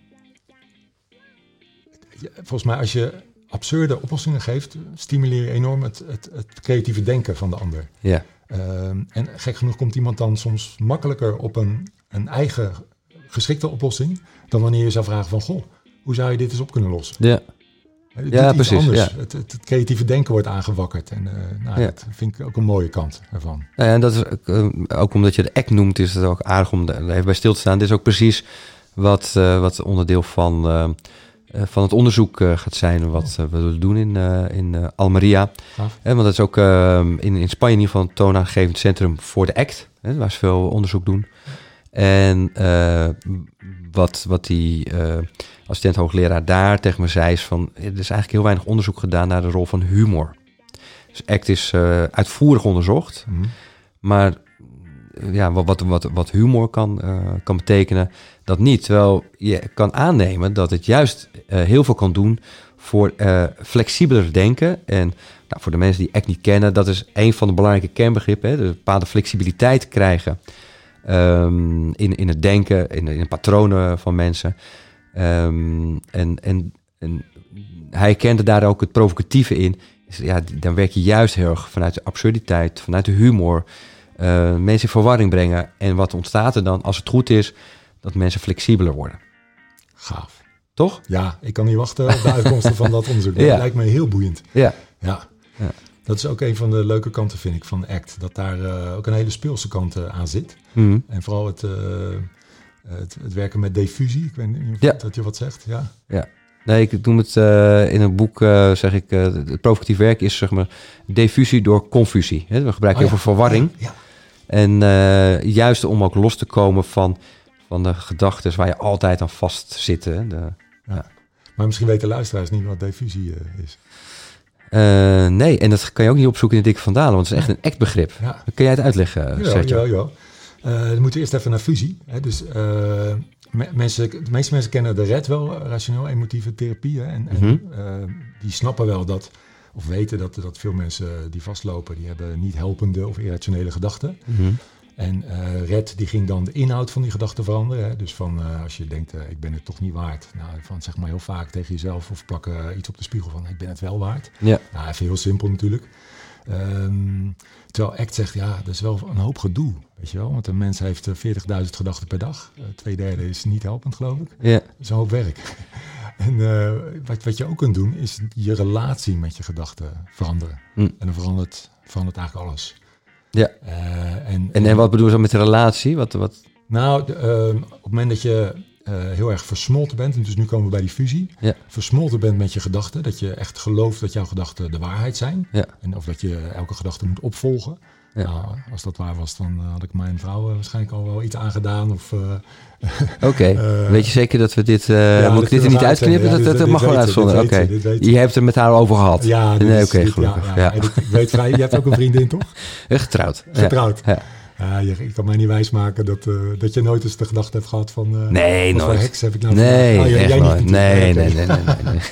Volgens mij, als je absurde oplossingen geeft, stimuleer je enorm het, het, het creatieve denken van de ander. Ja. Um, en gek genoeg komt iemand dan soms makkelijker op een, een eigen geschikte oplossing dan wanneer je zou vragen van, goh, hoe zou je dit eens op kunnen lossen? Ja, Het ja precies. Ja. Het, het, het creatieve denken wordt aangewakkerd. En uh, nou, ja. dat vind ik ook een mooie kant ervan. Ja, en dat is uh, ook omdat je de act noemt, is het ook aardig om er even bij stil te staan. Dit is ook precies wat, uh, wat onderdeel van... Uh, Uh, van het onderzoek uh, gaat zijn wat uh, we doen in, uh, in uh, Almeria. Eh, want dat is ook uh, in, in Spanje in ieder geval een toonaangevend centrum voor de ACT. Hè, waar ze veel onderzoek doen. En uh, wat, wat die uh, assistent hoogleraar daar tegen me zei is van... er is eigenlijk heel weinig onderzoek gedaan naar de rol van humor. Dus ACT is uh, uitvoerig onderzocht. Mm-hmm. Maar ja, wat, wat, wat, wat humor kan, uh, kan betekenen, dat niet. Terwijl je kan aannemen dat het juist uh, heel veel kan doen voor uh, flexibeler denken. En nou, voor de mensen die ACT niet kennen, dat is een van de belangrijke kernbegrippen. Hè, dus een bepaalde flexibiliteit krijgen um, in, in het denken, in, in de patronen van mensen. Um, en, en, en hij kende daar ook het provocatieve in. Dus, ja, dan werk je juist heel erg vanuit de absurditeit, vanuit de humor. Uh, mensen in verwarring brengen. En wat ontstaat er dan als het goed is, dat mensen flexibeler worden. Gaaf. Toch? Ja, ik kan niet wachten op de uitkomsten van dat onderzoek. Dat ja. lijkt me heel boeiend. Ja. Ja. ja. Dat is ook een van de leuke kanten, vind ik, van ACT. Dat daar uh, ook een hele speelse kant uh, aan zit. Mm-hmm. En vooral het, uh, het, het werken met diffusie. Ik weet niet of ja. dat je wat zegt. Ja. Ja. Nee, ik noem het uh, in een boek, uh, zeg ik, uh, het provocatief werk is zeg maar diffusie door confusie. Hè? We gebruiken oh, heel ja. veel verwarring. Ja. Ja. En uh, juist om ook los te komen van, van de gedachten waar je altijd aan vast zit. Hè? De, ja. Ja. Maar misschien weten luisteraars niet wat diffusie uh, is. Uh, nee, en dat kan je ook niet opzoeken in de Dikke Van Dalen, want het is echt een act begrip. Ja. Kun jij het uitleggen, ja, Sergio? Ja, ja. Uh, we moeten eerst even naar fusie. Hè? Dus uh, me- mensen, de meeste mensen kennen de R E T wel, rationeel-emotieve therapie. Hè? En, mm-hmm. en uh, die snappen wel dat, of weten dat, dat veel mensen die vastlopen, die hebben niet helpende of irrationele gedachten. Mm-hmm. En uh, R E T die ging dan de inhoud van die gedachten veranderen. Hè? Dus van uh, als je denkt, uh, ik ben het toch niet waard. Nou, van zeg maar heel vaak tegen jezelf of plak uh, iets op de spiegel van, ik ben het wel waard. Ja. Nou, even heel simpel natuurlijk. Um, terwijl ACT zegt, ja, dat is wel een hoop gedoe, weet je wel. Want een mens heeft uh, veertigduizend gedachten per dag. Uh, twee derde is niet helpend, geloof ik. Ja. Dat is een hoop werk. En uh, wat, wat je ook kunt doen, is je relatie met je gedachten veranderen. Mm. En dan verandert, verandert eigenlijk alles. Ja. Uh, en, en, en wat bedoel je dan met de relatie? Wat, wat? Nou, de, uh, op het moment dat je uh, heel erg versmolten bent, en dus nu komen we bij die fusie, ja. versmolten bent met je gedachten, dat je echt gelooft dat jouw gedachten de waarheid zijn, ja. en of dat je elke gedachte moet opvolgen. Ja. Nou, als dat waar was, dan uh, had ik mijn vrouw uh, waarschijnlijk al wel iets aangedaan. Of, uh, Oké, okay. uh, weet je zeker dat we dit... Uh, ja, moet ik dit er niet uitknippen? Ja, dat, dat, dat mag wel uitzonderen. Oké, okay. Je hebt het met haar over gehad. Ja, nee, oké, okay, gelukkig. Ja, ja. Ja. En ik, ik weet vrij, je hebt ook een vriendin, toch? Getrouwd. Getrouwd. Ja. Ja, je, je kan mij niet wijsmaken dat, uh, dat je nooit eens de gedachte hebt gehad van... Uh, nee, wat nooit. voor heks heb ik nou nee, oh, jij, jij nooit. niet Nee, nee, nee, nee, nee, nee.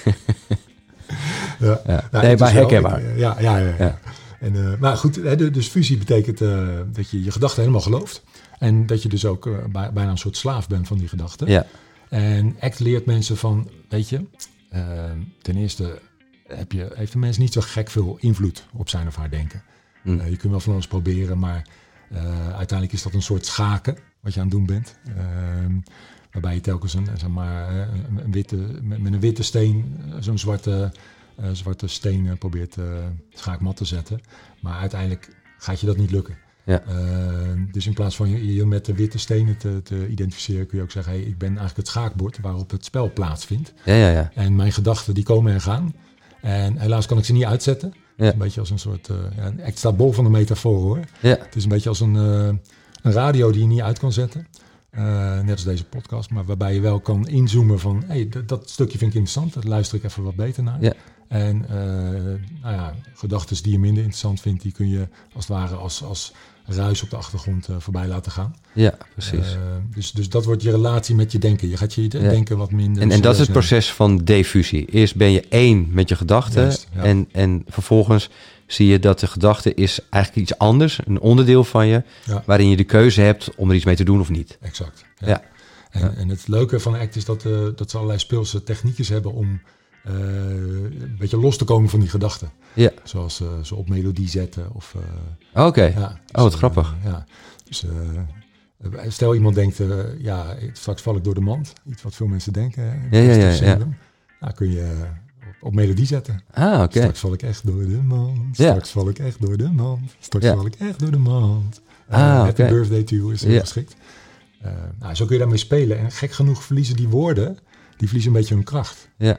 ja. Ja. Nou, nee, maar herkenbaar. Ja, ja, ja. ja. ja. En, uh, maar goed, hè, dus fusie betekent uh, dat je je gedachten helemaal gelooft. En dat je dus ook uh, bijna een soort slaaf bent van die gedachten. Ja. En ACT leert mensen van, weet je, uh, ten eerste heb je, heeft een mens niet zo gek veel invloed op zijn of haar denken. Mm. Uh, je kunt wel van alles proberen, maar uh, uiteindelijk is dat een soort schaken wat je aan het doen bent. Uh, waarbij je telkens een, zeg maar, een, een witte, met, met een witte steen, zo'n zwarte... Uh, zwarte steen uh, probeert uh, schaakmat te zetten. Maar uiteindelijk gaat je dat niet lukken. Ja. Uh, dus in plaats van je, je met de witte stenen te, te identificeren, kun je ook zeggen, hey, ik ben eigenlijk het schaakbord waarop het spel plaatsvindt. Ja, ja, ja. En mijn gedachten die komen en gaan. En helaas kan ik ze niet uitzetten. Ja. Het is een beetje als een soort, uh, ja, ik sta bol van de metafoor hoor. Ja. Het is een beetje als een, uh, een radio die je niet uit kan zetten. Uh, net als deze podcast, maar waarbij je wel kan inzoomen van, hey, dat, dat stukje vind ik interessant, daar luister ik even wat beter naar. Ja. En uh, nou ja, gedachten die je minder interessant vindt, die kun je als het ware als, als ruis op de achtergrond uh, voorbij laten gaan. Ja, precies. Uh, dus, dus dat wordt je relatie met je denken. Je gaat je ja. denken wat minder... En, en dat is het proces van defusie. Eerst ben je één met je gedachten. Juist, ja. en, en vervolgens zie je dat de gedachte is eigenlijk iets anders. Een onderdeel van je, ja. waarin je de keuze hebt om er iets mee te doen of niet. Exact. Ja. Ja. En, ja. en het leuke van ACT is dat, uh, dat ze allerlei speelse techniekjes hebben om uh, een beetje los te komen van die gedachten. Ja. Zoals uh, ze op melodie zetten. Of, uh, Oké, okay. ja, dus, oh wat grappig. Uh, ja. Dus, uh, stel iemand denkt, uh, ja, straks val ik door de mand. Iets wat veel mensen denken. Hè, ja, ja, ja, ja. Nou, kun je op, op melodie zetten. Ah, oké. Okay. Straks val ik echt door de mand. Straks ja. val ik echt door de mand. Straks ja. val ik echt door de mand. Uh, ah, Happy okay. Birthday to you is heel ja. geschikt. Uh, nou, zo kun je daarmee spelen. En gek genoeg verliezen die woorden, die verliezen een beetje hun kracht. Ja.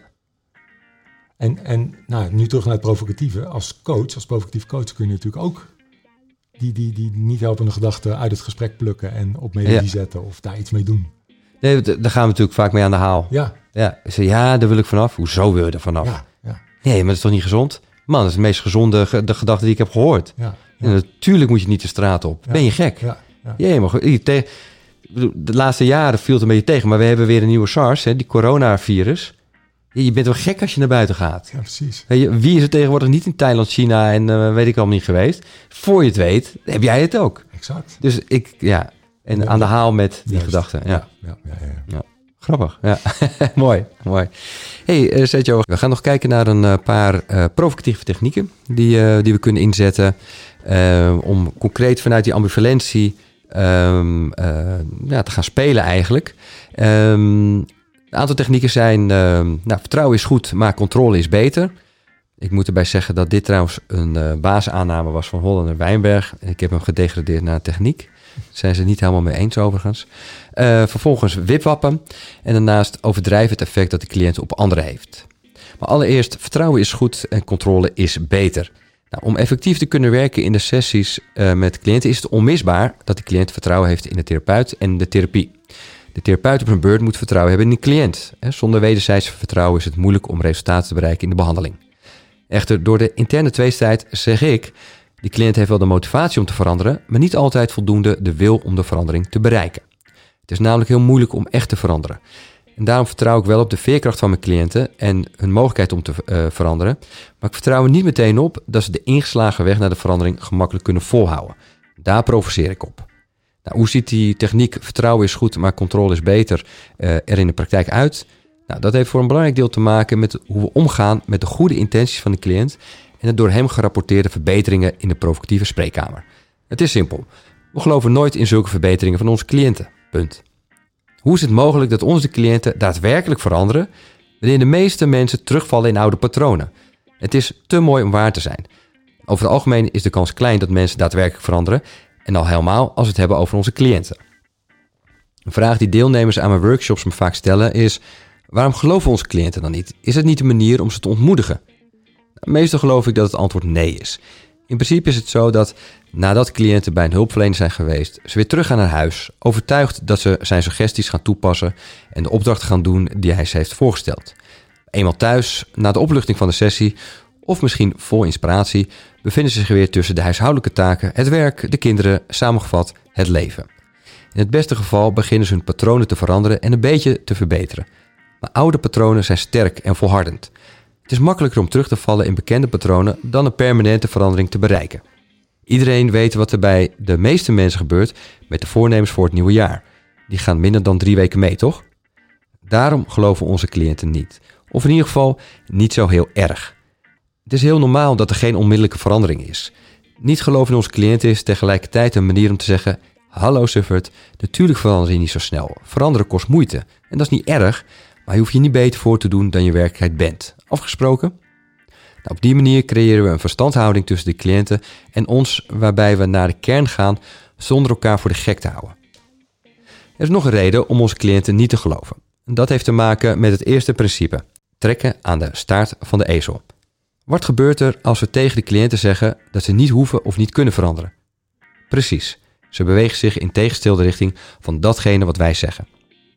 En, en nou, nu terug naar het provocatieve. Als coach, als provocatief coach kun je natuurlijk ook die, die, die niet helpende gedachten uit het gesprek plukken en op melodie ja. zetten of daar iets mee doen. Nee, daar gaan we natuurlijk vaak mee aan de haal. Ja. Ja, zeg, ja, daar wil ik vanaf. Hoezo wil je er vanaf? Ja, ja. Nee, maar dat is toch niet gezond? Man, dat is de meest gezonde ge- de gedachte die ik heb gehoord. Ja, ja. En natuurlijk moet je niet de straat op. Ja. Ben je gek? Ja, ja. Jee, maar te- de laatste jaren viel het een beetje tegen, maar we hebben weer een nieuwe SARS, hè, die coronavirus. Je bent wel gek als je naar buiten gaat. Ja, precies. Wie is er tegenwoordig niet in Thailand, China en uh, weet ik allemaal niet geweest? Voor je het weet, heb jij het ook. Exact. Dus ik, ja, en ja, aan de haal met die Juist. gedachten. Ja. Ja, ja, ja, ja. ja. Grappig, ja. mooi, mooi. Hey, uh, Sergio, we gaan nog kijken naar een uh, paar uh, provocatieve technieken die, uh, die we kunnen inzetten uh, om concreet vanuit die ambivalentie um, uh, ja, te gaan spelen eigenlijk. Um, een aantal technieken zijn, uh, nou, vertrouwen is goed, maar controle is beter. Ik moet erbij zeggen dat dit trouwens een uh, basisaanname was van Hollander Wijnberg. Ik heb hem gedegradeerd naar techniek. Daar zijn ze het niet helemaal mee eens overigens. Uh, vervolgens wipwappen. En daarnaast overdrijven het effect dat de cliënt op anderen heeft. Maar allereerst, vertrouwen is goed en controle is beter. Nou, om effectief te kunnen werken in de sessies uh, met cliënten is het onmisbaar dat de cliënt vertrouwen heeft in de therapeut en de therapie. De therapeut op zijn beurt moet vertrouwen hebben in de cliënt. Zonder wederzijds vertrouwen is het moeilijk om resultaten te bereiken in de behandeling. Echter, door de interne tweestrijd zeg ik, de cliënt heeft wel de motivatie om te veranderen, maar niet altijd voldoende de wil om de verandering te bereiken. Het is namelijk heel moeilijk om echt te veranderen. En daarom vertrouw ik wel op de veerkracht van mijn cliënten en hun mogelijkheid om te uh, veranderen. Maar ik vertrouw er niet meteen op dat ze de ingeslagen weg naar de verandering gemakkelijk kunnen volhouden. Daar provoceer ik op. Nou, hoe ziet die techniek vertrouwen is goed, maar controle is beter uh, er in de praktijk uit? Nou, dat heeft voor een belangrijk deel te maken met hoe we omgaan met de goede intenties van de cliënt en de door hem gerapporteerde verbeteringen in de provocatieve spreekkamer. Het is simpel. We geloven nooit in zulke verbeteringen van onze cliënten. Punt. Hoe is het mogelijk dat onze cliënten daadwerkelijk veranderen wanneer de meeste mensen terugvallen in oude patronen? Het is te mooi om waar te zijn. Over het algemeen is de kans klein dat mensen daadwerkelijk veranderen en al helemaal als we het hebben over onze cliënten. Een vraag die deelnemers aan mijn workshops me vaak stellen is: waarom geloven onze cliënten dan niet? Is het niet een manier om ze te ontmoedigen? Nou, meestal geloof ik dat het antwoord nee is. In principe is het zo dat nadat cliënten bij een hulpverlener zijn geweest, ze weer terug gaan naar huis, overtuigd dat ze zijn suggesties gaan toepassen en de opdrachten gaan doen die hij ze heeft voorgesteld. Eenmaal thuis, na de opluchting van de sessie, of misschien vol inspiratie, bevinden ze zich weer tussen de huishoudelijke taken, het werk, de kinderen, samengevat het leven. In het beste geval beginnen ze hun patronen te veranderen en een beetje te verbeteren. Maar oude patronen zijn sterk en volhardend. Het is makkelijker om terug te vallen in bekende patronen dan een permanente verandering te bereiken. Iedereen weet wat er bij de meeste mensen gebeurt met de voornemens voor het nieuwe jaar. Die gaan minder dan drie weken mee, toch? Daarom geloven onze cliënten niet. Of in ieder geval niet zo heel erg. Het is heel normaal dat er geen onmiddellijke verandering is. Niet geloven in onze cliënten is tegelijkertijd een manier om te zeggen: hallo suffert, natuurlijk verander je niet zo snel. Veranderen kost moeite. En dat is niet erg, maar je hoeft je niet beter voor te doen dan je werkelijkheid bent. Afgesproken? Nou, op die manier creëren we een verstandhouding tussen de cliënten en ons, waarbij we naar de kern gaan zonder elkaar voor de gek te houden. Er is nog een reden om onze cliënten niet te geloven. Dat heeft te maken met het eerste principe: trekken aan de staart van de ezel. Wat gebeurt er als we tegen de cliënten zeggen dat ze niet hoeven of niet kunnen veranderen? Precies, ze bewegen zich in tegenstelde richting van datgene wat wij zeggen.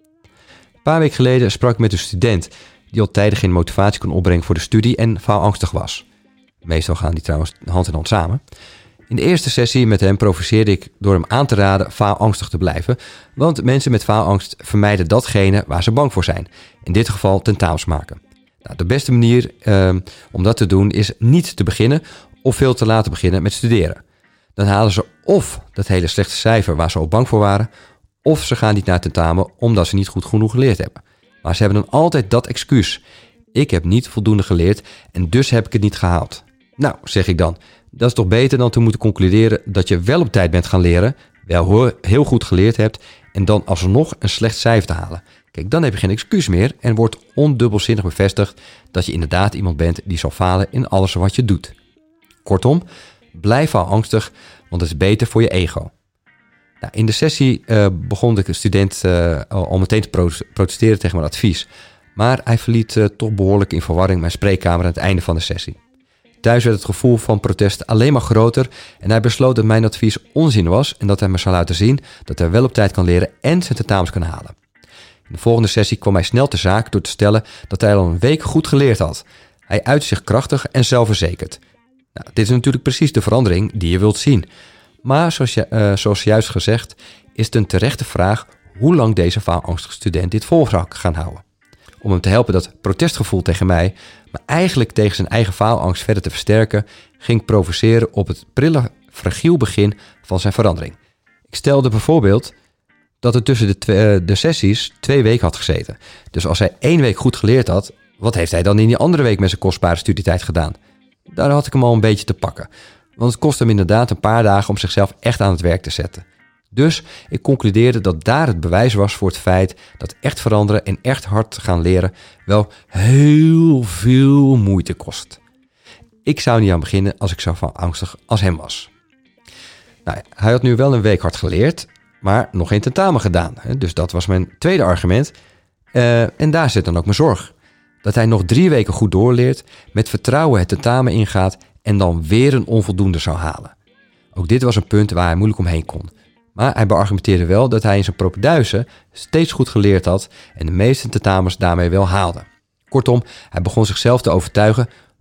Een paar weken geleden sprak ik met een student die al tijden geen motivatie kon opbrengen voor de studie en faalangstig was. Meestal gaan die trouwens hand in hand samen. In de eerste sessie met hem provoceerde ik door hem aan te raden faalangstig te blijven, want mensen met faalangst vermijden datgene waar ze bang voor zijn. In dit geval tentamens maken. Nou, de beste manier uh, om dat te doen is niet te beginnen of veel te laten beginnen met studeren. Dan halen ze of dat hele slechte cijfer waar ze al bang voor waren, of ze gaan niet naar tentamen omdat ze niet goed genoeg geleerd hebben. Maar ze hebben dan altijd dat excuus: ik heb niet voldoende geleerd en dus heb ik het niet gehaald. Nou, zeg ik dan, dat is toch beter dan te moeten concluderen dat je wel op tijd bent gaan leren, wel heel goed geleerd hebt en dan alsnog een slecht cijfer te halen. Kijk, dan heb je geen excuus meer en wordt ondubbelzinnig bevestigd dat je inderdaad iemand bent die zal falen in alles wat je doet. Kortom, blijf faalangstig, want het is beter voor je ego. Nou, in de sessie uh, begon de student uh, al meteen te pro- protesteren tegen mijn advies. Maar hij verliet uh, toch behoorlijk in verwarring mijn spreekkamer aan het einde van de sessie. Thuis werd het gevoel van protest alleen maar groter en hij besloot dat mijn advies onzin was en dat hij me zou laten zien dat hij wel op tijd kan leren en zijn tentamens kan halen. In de volgende sessie kwam hij snel te zaak door te stellen dat hij al een week goed geleerd had. Hij uitte zich krachtig en zelfverzekerd. Nou, dit is natuurlijk precies de verandering die je wilt zien. Maar zoals, je, uh, zoals juist gezegd, is het een terechte vraag hoe lang deze faalangstige student dit vol zou gaan houden. Om hem te helpen dat protestgevoel tegen mij, maar eigenlijk tegen zijn eigen faalangst verder te versterken, ging ik provoceren op het prille, fragiel begin van zijn verandering. Ik stelde bijvoorbeeld dat het tussen de, twe- de sessies twee weken had gezeten. Dus als hij één week goed geleerd had, wat heeft hij dan in die andere week met zijn kostbare studietijd gedaan? Daar had ik hem al een beetje te pakken. Want het kost hem inderdaad een paar dagen om zichzelf echt aan het werk te zetten. Dus ik concludeerde dat daar het bewijs was voor het feit dat echt veranderen en echt hard gaan leren wel heel veel moeite kost. Ik zou niet aan beginnen als ik zo van angstig als hem was. Nou, hij had nu wel een week hard geleerd, maar nog geen tentamen gedaan. Dus dat was mijn tweede argument. Uh, en daar zit dan ook mijn zorg. Dat hij nog drie weken goed doorleert, met vertrouwen het tentamen ingaat en dan weer een onvoldoende zou halen. Ook dit was een punt waar hij moeilijk omheen kon. Maar hij beargumenteerde wel dat hij in zijn propeduizen steeds goed geleerd had en de meeste tentamens daarmee wel haalde. Kortom, hij begon zichzelf te overtuigen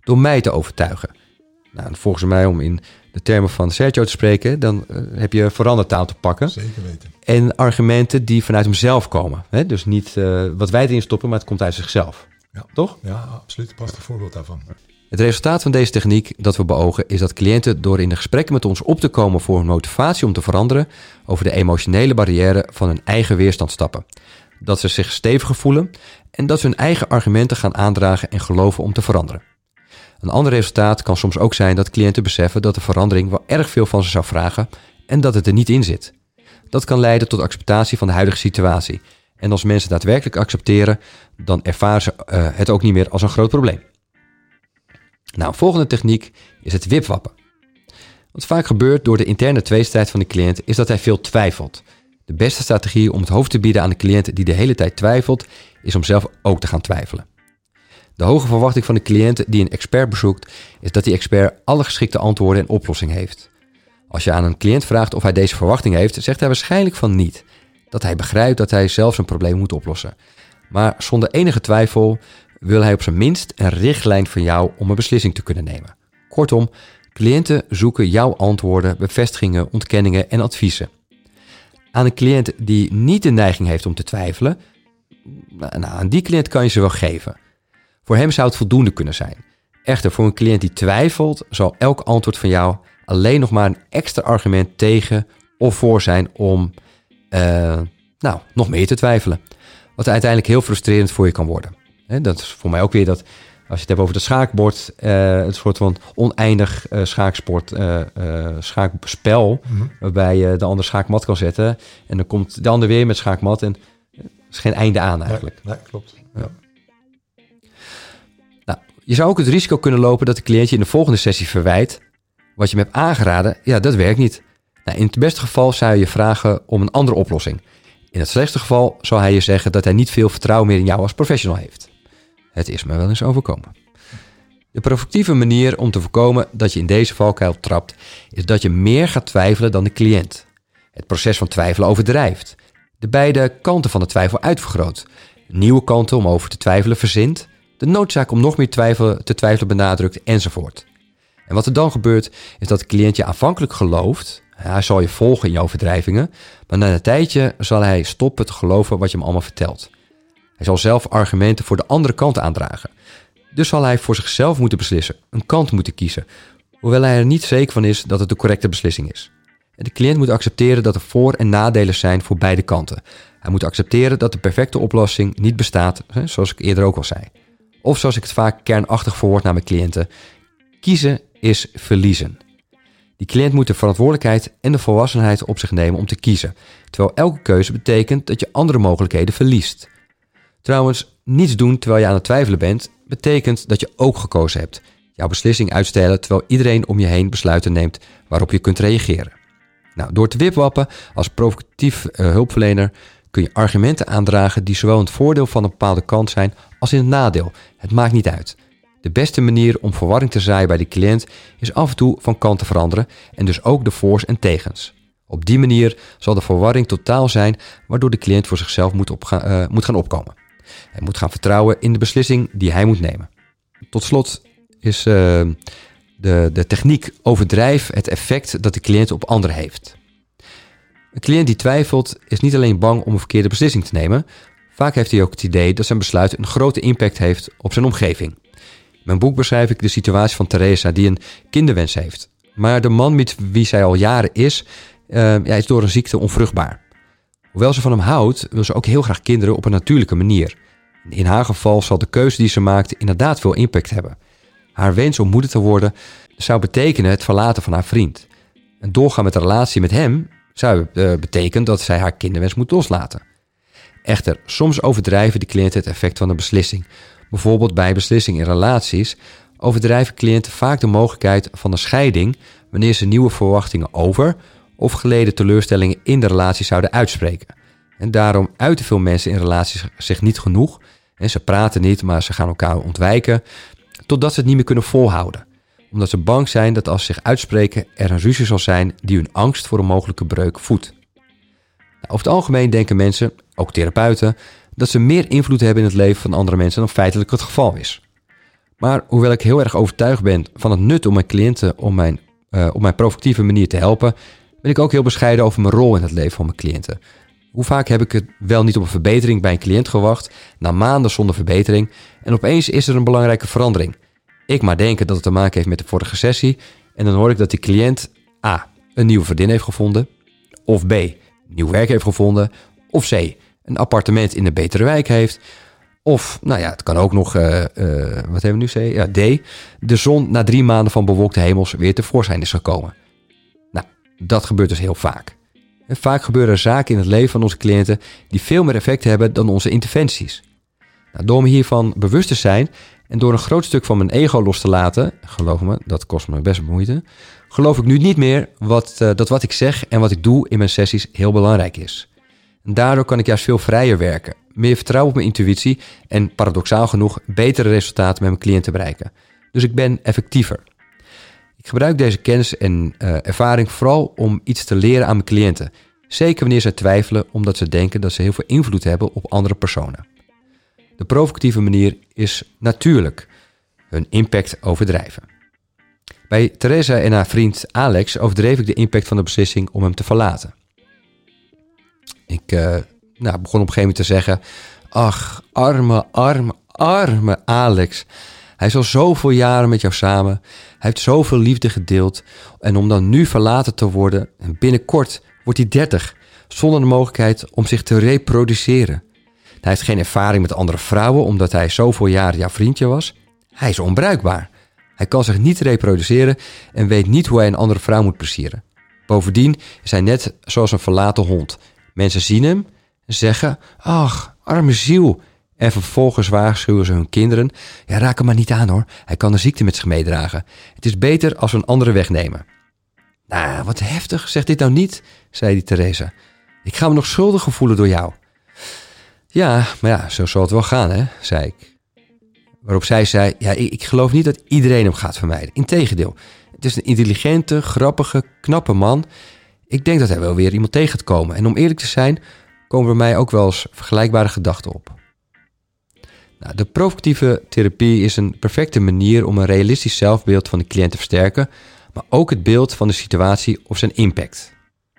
door mij te overtuigen. Nou, volgens mij, om in de termen van Sergio te spreken, dan uh, heb je verandertaal te pakken. Zeker weten. En argumenten die vanuit hemzelf komen. Hè? Dus niet uh, wat wij erin stoppen, maar het komt uit zichzelf. Ja. Toch? Ja, absoluut. Past een voorbeeld daarvan. Het resultaat van deze techniek dat we beogen is dat cliënten door in de gesprekken met ons op te komen voor hun motivatie om te veranderen, over de emotionele barrière van hun eigen weerstand stappen. Dat ze zich steviger voelen en dat ze hun eigen argumenten gaan aandragen en geloven om te veranderen. Een ander resultaat kan soms ook zijn dat cliënten beseffen dat de verandering wel erg veel van ze zou vragen en dat het er niet in zit. Dat kan leiden tot acceptatie van de huidige situatie. En als mensen daadwerkelijk accepteren, dan ervaren ze uh, het ook niet meer als een groot probleem. Nou, een volgende techniek is het wipwappen. Wat vaak gebeurt door de interne tweestrijd van de cliënt is dat hij veel twijfelt. De beste strategie om het hoofd te bieden aan de cliënt die de hele tijd twijfelt, is om zelf ook te gaan twijfelen. De hoge verwachting van de cliënt die een expert bezoekt, is dat die expert alle geschikte antwoorden en oplossingen heeft. Als je aan een cliënt vraagt of hij deze verwachting heeft, zegt hij waarschijnlijk van niet. Dat hij begrijpt dat hij zelf zijn probleem moet oplossen. Maar zonder enige twijfel wil hij op zijn minst een richtlijn van jou om een beslissing te kunnen nemen. Kortom, cliënten zoeken jouw antwoorden, bevestigingen, ontkenningen en adviezen. Aan een cliënt die niet de neiging heeft om te twijfelen, nou, aan die cliënt kan je ze wel geven. Voor hem zou het voldoende kunnen zijn. Echter, voor een cliënt die twijfelt, zal elk antwoord van jou alleen nog maar een extra argument tegen of voor zijn om uh, nou, nog meer te twijfelen. Wat uiteindelijk heel frustrerend voor je kan worden. He, dat is voor mij ook weer dat, als je het hebt over het schaakbord, uh, het soort van oneindig uh, schaaksport, uh, uh, schaakspel, mm-hmm. waarbij je de ander schaakmat kan zetten. En dan komt de ander weer met schaakmat en er is geen einde aan eigenlijk. Nee, nee klopt. Ja. Nou, je zou ook het risico kunnen lopen dat de cliënt je in de volgende sessie verwijt. Wat je hem hebt aangeraden, ja, dat werkt niet. Nou, in het beste geval zou je je vragen om een andere oplossing. In het slechtste geval zou hij je zeggen dat hij niet veel vertrouwen meer in jou als professional heeft. Het is me wel eens overkomen. De productieve manier om te voorkomen dat je in deze valkuil trapt, is dat je meer gaat twijfelen dan de cliënt. Het proces van twijfelen overdrijft. De beide kanten van de twijfel uitvergroot. Nieuwe kanten om over te twijfelen verzint. De noodzaak om nog meer twijfelen, te twijfelen benadrukt enzovoort. En wat er dan gebeurt, is dat de cliënt je aanvankelijk gelooft. Hij zal je volgen in je overdrijvingen, maar na een tijdje zal hij stoppen te geloven wat je hem allemaal vertelt. Hij zal zelf argumenten voor de andere kant aandragen. Dus zal hij voor zichzelf moeten beslissen, een kant moeten kiezen, hoewel hij er niet zeker van is dat het de correcte beslissing is. En de cliënt moet accepteren dat er voor- en nadelen zijn voor beide kanten. Hij moet accepteren dat de perfecte oplossing niet bestaat, zoals ik eerder ook al zei. Of zoals ik het vaak kernachtig verwoord naar mijn cliënten, kiezen is verliezen. Die cliënt moet de verantwoordelijkheid en de volwassenheid op zich nemen om te kiezen, terwijl elke keuze betekent dat je andere mogelijkheden verliest. Trouwens, niets doen terwijl je aan het twijfelen bent, betekent dat je ook gekozen hebt. Jouw beslissing uitstellen terwijl iedereen om je heen besluiten neemt waarop je kunt reageren. Nou, door te wipwappen als provocatief uh, hulpverlener kun je argumenten aandragen die zowel in het voordeel van een bepaalde kant zijn als in het nadeel. Het maakt niet uit. De beste manier om verwarring te zaaien bij de cliënt is af en toe van kant te veranderen en dus ook de voor's en tegens. Op die manier zal de verwarring totaal zijn, waardoor de cliënt voor zichzelf moet, opga- uh, moet gaan opkomen. Hij moet gaan vertrouwen in de beslissing die hij moet nemen. Tot slot is uh, de, de techniek overdrijf het effect dat de cliënt op anderen heeft. Een cliënt die twijfelt is niet alleen bang om een verkeerde beslissing te nemen. Vaak heeft hij ook het idee dat zijn besluit een grote impact heeft op zijn omgeving. In mijn boek beschrijf ik de situatie van Theresa die een kinderwens heeft. Maar de man met wie zij al jaren is, uh, ja, is door een ziekte onvruchtbaar. Hoewel ze van hem houdt, wil ze ook heel graag kinderen op een natuurlijke manier. In haar geval zal de keuze die ze maakt inderdaad veel impact hebben. Haar wens om moeder te worden zou betekenen het verlaten van haar vriend. En doorgaan met de relatie met hem zou uh, betekenen dat zij haar kinderwens moet loslaten. Echter, soms overdrijven de cliënten het effect van een beslissing. Bijvoorbeeld bij beslissingen in relaties overdrijven cliënten vaak de mogelijkheid van een scheiding wanneer ze nieuwe verwachtingen over of geleden teleurstellingen in de relatie zouden uitspreken. En daarom uiten veel mensen in relaties zich niet genoeg. En ze praten niet, maar ze gaan elkaar ontwijken totdat ze het niet meer kunnen volhouden. Omdat ze bang zijn dat als ze zich uitspreken er een ruzie zal zijn die hun angst voor een mogelijke breuk voedt. Nou, over het algemeen denken mensen, ook therapeuten, dat ze meer invloed hebben in het leven van andere mensen dan feitelijk het geval is. Maar hoewel ik heel erg overtuigd ben van het nut om mijn cliënten om mijn, uh, op mijn provocatieve manier te helpen, ben ik ook heel bescheiden over mijn rol in het leven van mijn cliënten. Hoe vaak heb ik het wel niet op een verbetering bij een cliënt gewacht, na maanden zonder verbetering, en opeens is er een belangrijke verandering. Ik maar denken dat het te maken heeft met de vorige sessie, en dan hoor ik dat die cliënt A, een nieuwe vriendin heeft gevonden, of B, nieuw werk heeft gevonden, of C, een appartement in een betere wijk heeft, of, nou ja, het kan ook nog, uh, uh, wat hebben we nu, C? Ja, D, de zon na drie maanden van bewolkte hemels weer tevoorschijn is gekomen. Nou, dat gebeurt dus heel vaak. En vaak gebeuren er zaken in het leven van onze cliënten die veel meer effect hebben dan onze interventies. Nou, door me hiervan bewust te zijn en door een groot stuk van mijn ego los te laten, geloof me, dat kost me best moeite, geloof ik nu niet meer wat, uh, dat wat ik zeg en wat ik doe in mijn sessies heel belangrijk is. En daardoor kan ik juist veel vrijer werken, meer vertrouwen op mijn intuïtie en paradoxaal genoeg betere resultaten met mijn cliënten bereiken. Dus ik ben effectiever. Ik gebruik deze kennis en uh, ervaring vooral om iets te leren aan mijn cliënten. Zeker wanneer zij twijfelen omdat ze denken dat ze heel veel invloed hebben op andere personen. De provocatieve manier is natuurlijk hun impact overdrijven. Bij Theresa en haar vriend Alex overdreef ik de impact van de beslissing om hem te verlaten. Ik uh, nou, begon op een gegeven moment te zeggen, ach, arme, arme, arme Alex. Hij is al zoveel jaren met jou samen. Hij heeft zoveel liefde gedeeld. En om dan nu verlaten te worden, en binnenkort wordt hij dertig, zonder de mogelijkheid om zich te reproduceren. Hij heeft geen ervaring met andere vrouwen, omdat hij zoveel jaren jouw vriendje was. Hij is onbruikbaar. Hij kan zich niet reproduceren en weet niet hoe hij een andere vrouw moet plezieren. Bovendien is hij net zoals een verlaten hond. Mensen zien hem en zeggen, ach, arme ziel. En vervolgens waarschuwen ze hun kinderen, ja, raak hem maar niet aan hoor. Hij kan de ziekte met zich meedragen. Het is beter als we een andere weg nemen. Nou, wat heftig, zeg dit nou niet, zei die Theresa. Ik ga me nog schuldig voelen door jou. Ja, maar ja, zo zal het wel gaan, hè, zei ik. Waarop zij zei, ja, ik, ik geloof niet dat iedereen hem gaat vermijden. Integendeel, het is een intelligente, grappige, knappe man. Ik denk dat hij wel weer iemand tegen gaat komen. En om eerlijk te zijn, komen bij mij ook wel eens vergelijkbare gedachten op. Nou, de provocatieve therapie is een perfecte manier om een realistisch zelfbeeld van de cliënt te versterken, maar ook het beeld van de situatie of zijn impact.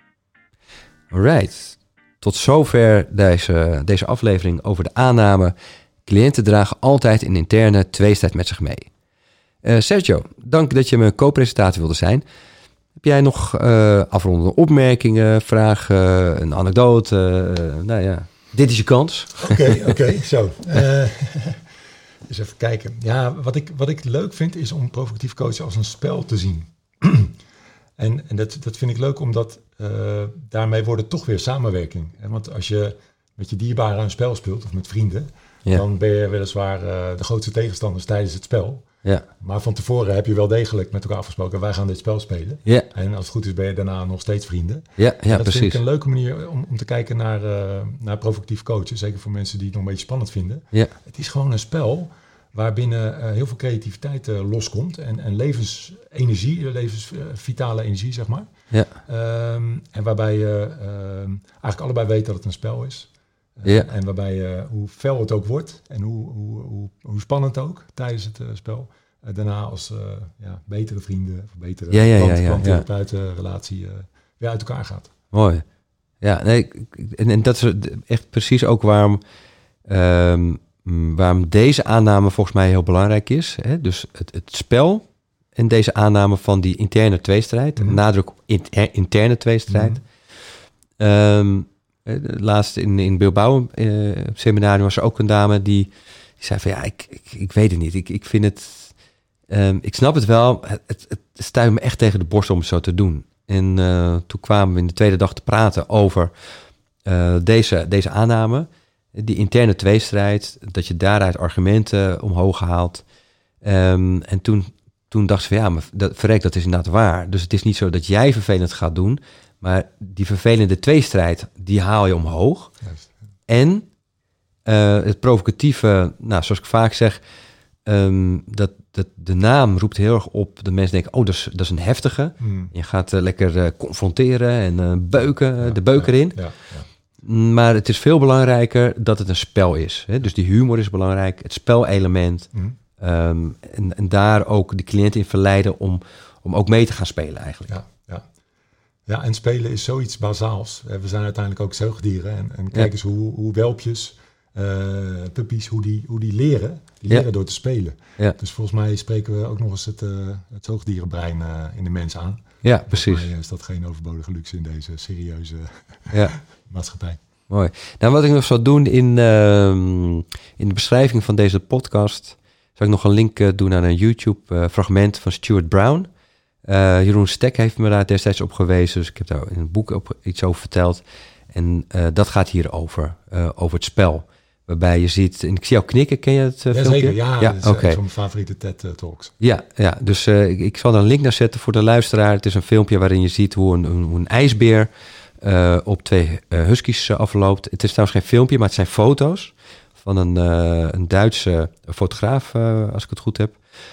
Alright, tot zover deze, deze aflevering over de aanname. Cliënten dragen altijd een interne tweestrijd met zich mee. Uh, Sergio, dank dat je mijn co-presentator wilde zijn. Heb jij nog uh, afrondende opmerkingen, vragen, een anekdote? Uh, nou ja, dit is je kans. Oké, okay, oké, okay, zo. Uh, eens even kijken. Ja, wat ik, wat ik leuk vind is om provocatief coachen als een spel te zien. en en dat, dat vind ik leuk, omdat uh, daarmee wordt het toch weer samenwerking. Want als je met je dierbaren een spel speelt, of met vrienden, ja, dan ben je weliswaar uh, de grootste tegenstanders tijdens het spel. Ja. Maar van tevoren heb je wel degelijk met elkaar afgesproken, wij gaan dit spel spelen. Ja. En als het goed is ben je daarna nog steeds vrienden. Ja, ja, dat precies. vind ik een leuke manier om, om te kijken naar, uh, naar provocatief coachen. Zeker voor mensen die het nog een beetje spannend vinden. Ja. Het is gewoon een spel waarbinnen uh, heel veel creativiteit uh, loskomt. En, en levensenergie, levensvitale uh, energie, zeg maar. Ja. Um, en waarbij je uh, uh, eigenlijk allebei weet dat het een spel is. Uh, ja. En waarbij uh, hoe fel het ook wordt en hoe, hoe, hoe, hoe spannend ook tijdens het uh, spel. Uh, daarna als uh, ja, betere vrienden of betere ja, ja, klant-therapeuten ja, ja, ja. relatie uh, weer uit elkaar gaat. Mooi. Ja, nee, en, en dat is echt precies ook waarom, um, waarom deze aanname volgens mij heel belangrijk is. Hè? Dus het, het spel en deze aanname van die interne tweestrijd. Mm-hmm. Nadruk op inter, interne tweestrijd. Mm-hmm. Um, Laatst in, in Bilbao, uh, seminarie, was er ook een dame die, die zei van ja, ik, ik, ik weet het niet. Ik, ik vind het, um, ik snap het wel. Het, het, het stuit me echt tegen de borst om het zo te doen. En uh, toen kwamen we in de tweede dag te praten over uh, deze, deze aanname. Die interne tweestrijd, dat je daaruit argumenten omhoog haalt. Um, en toen, toen dacht ze van ja, maar dat, verrek, dat is inderdaad waar. Dus het is niet zo dat jij vervelend gaat doen, maar die vervelende tweestrijd, die haal je omhoog. Juist. En uh, het provocatieve, nou, zoals ik vaak zeg, um, dat, dat de naam roept heel erg op. De mensen denken, oh, dat is, dat is een heftige. Mm. Je gaat uh, lekker uh, confronteren en uh, beuken, ja, de beuk erin. Ja, ja, ja. Maar het is veel belangrijker dat het een spel is. Hè? Dus die humor is belangrijk, het spelelement. Mm. Um, en, en daar ook de cliënt in verleiden om, om ook mee te gaan spelen eigenlijk. Ja, ja. ja, en spelen is zoiets bazaals. We zijn uiteindelijk ook zoogdieren. En, en kijk ja. eens hoe, hoe welpjes, uh, puppies, hoe die, hoe die leren. Die leren ja. door te spelen. Ja. Dus volgens mij spreken we ook nog eens het, uh, het zoogdierenbrein uh, in de mens aan. Ja, precies. Volgens mij is dat geen overbodige luxe in deze serieuze ja. maatschappij. Mooi. Nou, wat ik nog zou doen in, uh, in de beschrijving van deze podcast, zou ik nog een link uh, doen naar een YouTube-fragment uh, van Stuart Brown. Uh, Jeroen Stek heeft me daar destijds op gewezen, dus ik heb daar in een boek op iets over verteld. En uh, dat gaat hier over, uh, over het spel. Waarbij je ziet, en ik zie jou knikken, ken je het uh, ja, filmpje? Zeker, ja, ja dat is okay. een van mijn favoriete TED-talks. Ja, ja, dus uh, ik, ik zal er een link naar zetten voor de luisteraar. Het is een filmpje waarin je ziet hoe een, een, hoe een ijsbeer uh, op twee uh, huskies uh, afloopt. Het is trouwens geen filmpje, maar het zijn foto's van een, uh, een Duitse fotograaf, uh, als ik het goed heb.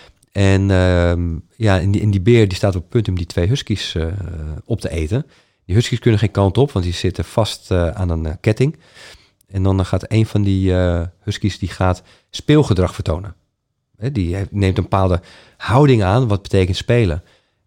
En uh, ja, en die, en die beer die staat op het punt om die twee huskies uh, op te eten. Die huskies kunnen geen kant op, want die zitten vast uh, aan een uh, ketting. En dan gaat een van die uh, huskies die gaat speelgedrag vertonen. He, die heeft, neemt een bepaalde houding aan, wat betekent spelen.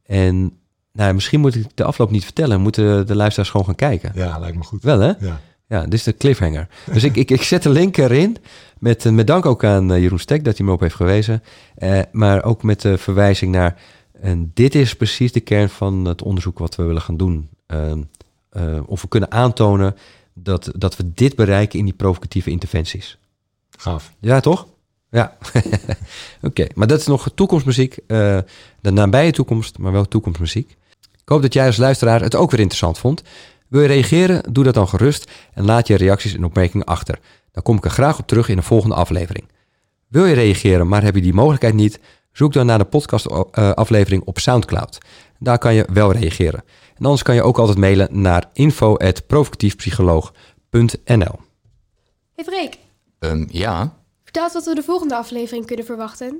En nou, misschien moet ik de afloop niet vertellen. Moeten de luisteraars gewoon gaan kijken. Ja, lijkt me goed. Wel, hè? Ja. Ja, dit is de cliffhanger. Dus ik, ik, ik zet de link erin. Met, met dank ook aan uh, Jeroen Stek dat hij me op heeft gewezen. Uh, maar ook met de verwijzing naar... En dit is precies de kern van het onderzoek wat we willen gaan doen. Uh, uh, of we kunnen aantonen dat, dat we dit bereiken in die provocatieve interventies. Gaaf. Ja, toch? Ja. Oké, okay. Maar dat is nog toekomstmuziek. Uh, de nabije toekomst, maar wel toekomstmuziek. Ik hoop dat jij als luisteraar het ook weer interessant vond. Wil je reageren? Doe dat dan gerust en laat je reacties en opmerkingen achter. Dan kom ik er graag op terug in een volgende aflevering. Wil je reageren, maar heb je die mogelijkheid niet? Zoek dan naar de podcastaflevering op Soundcloud. Daar kan je wel reageren. En anders kan je ook altijd mailen naar info at provocatiefpsycholoog punt n l. Hey Freek. Um, ja? Vertel eens wat we de volgende aflevering kunnen verwachten.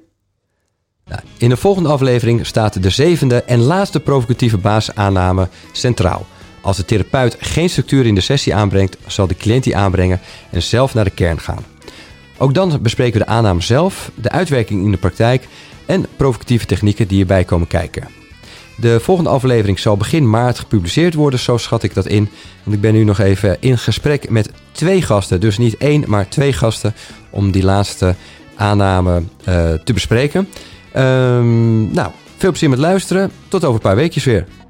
Nou, in de volgende aflevering staat de zevende en laatste provocatieve basisaanname centraal. Als de therapeut geen structuur in de sessie aanbrengt, zal de cliënt die aanbrengen en zelf naar de kern gaan. Ook dan bespreken we de aanname zelf, de uitwerking in de praktijk en provocatieve technieken die erbij komen kijken. De volgende aflevering zal begin maart gepubliceerd worden, zo schat ik dat in. Want ik ben nu nog even in gesprek met twee gasten, dus niet één, maar twee gasten, om die laatste aanname uh, te bespreken. Um, nou, veel plezier met luisteren. Tot over een paar weekjes weer.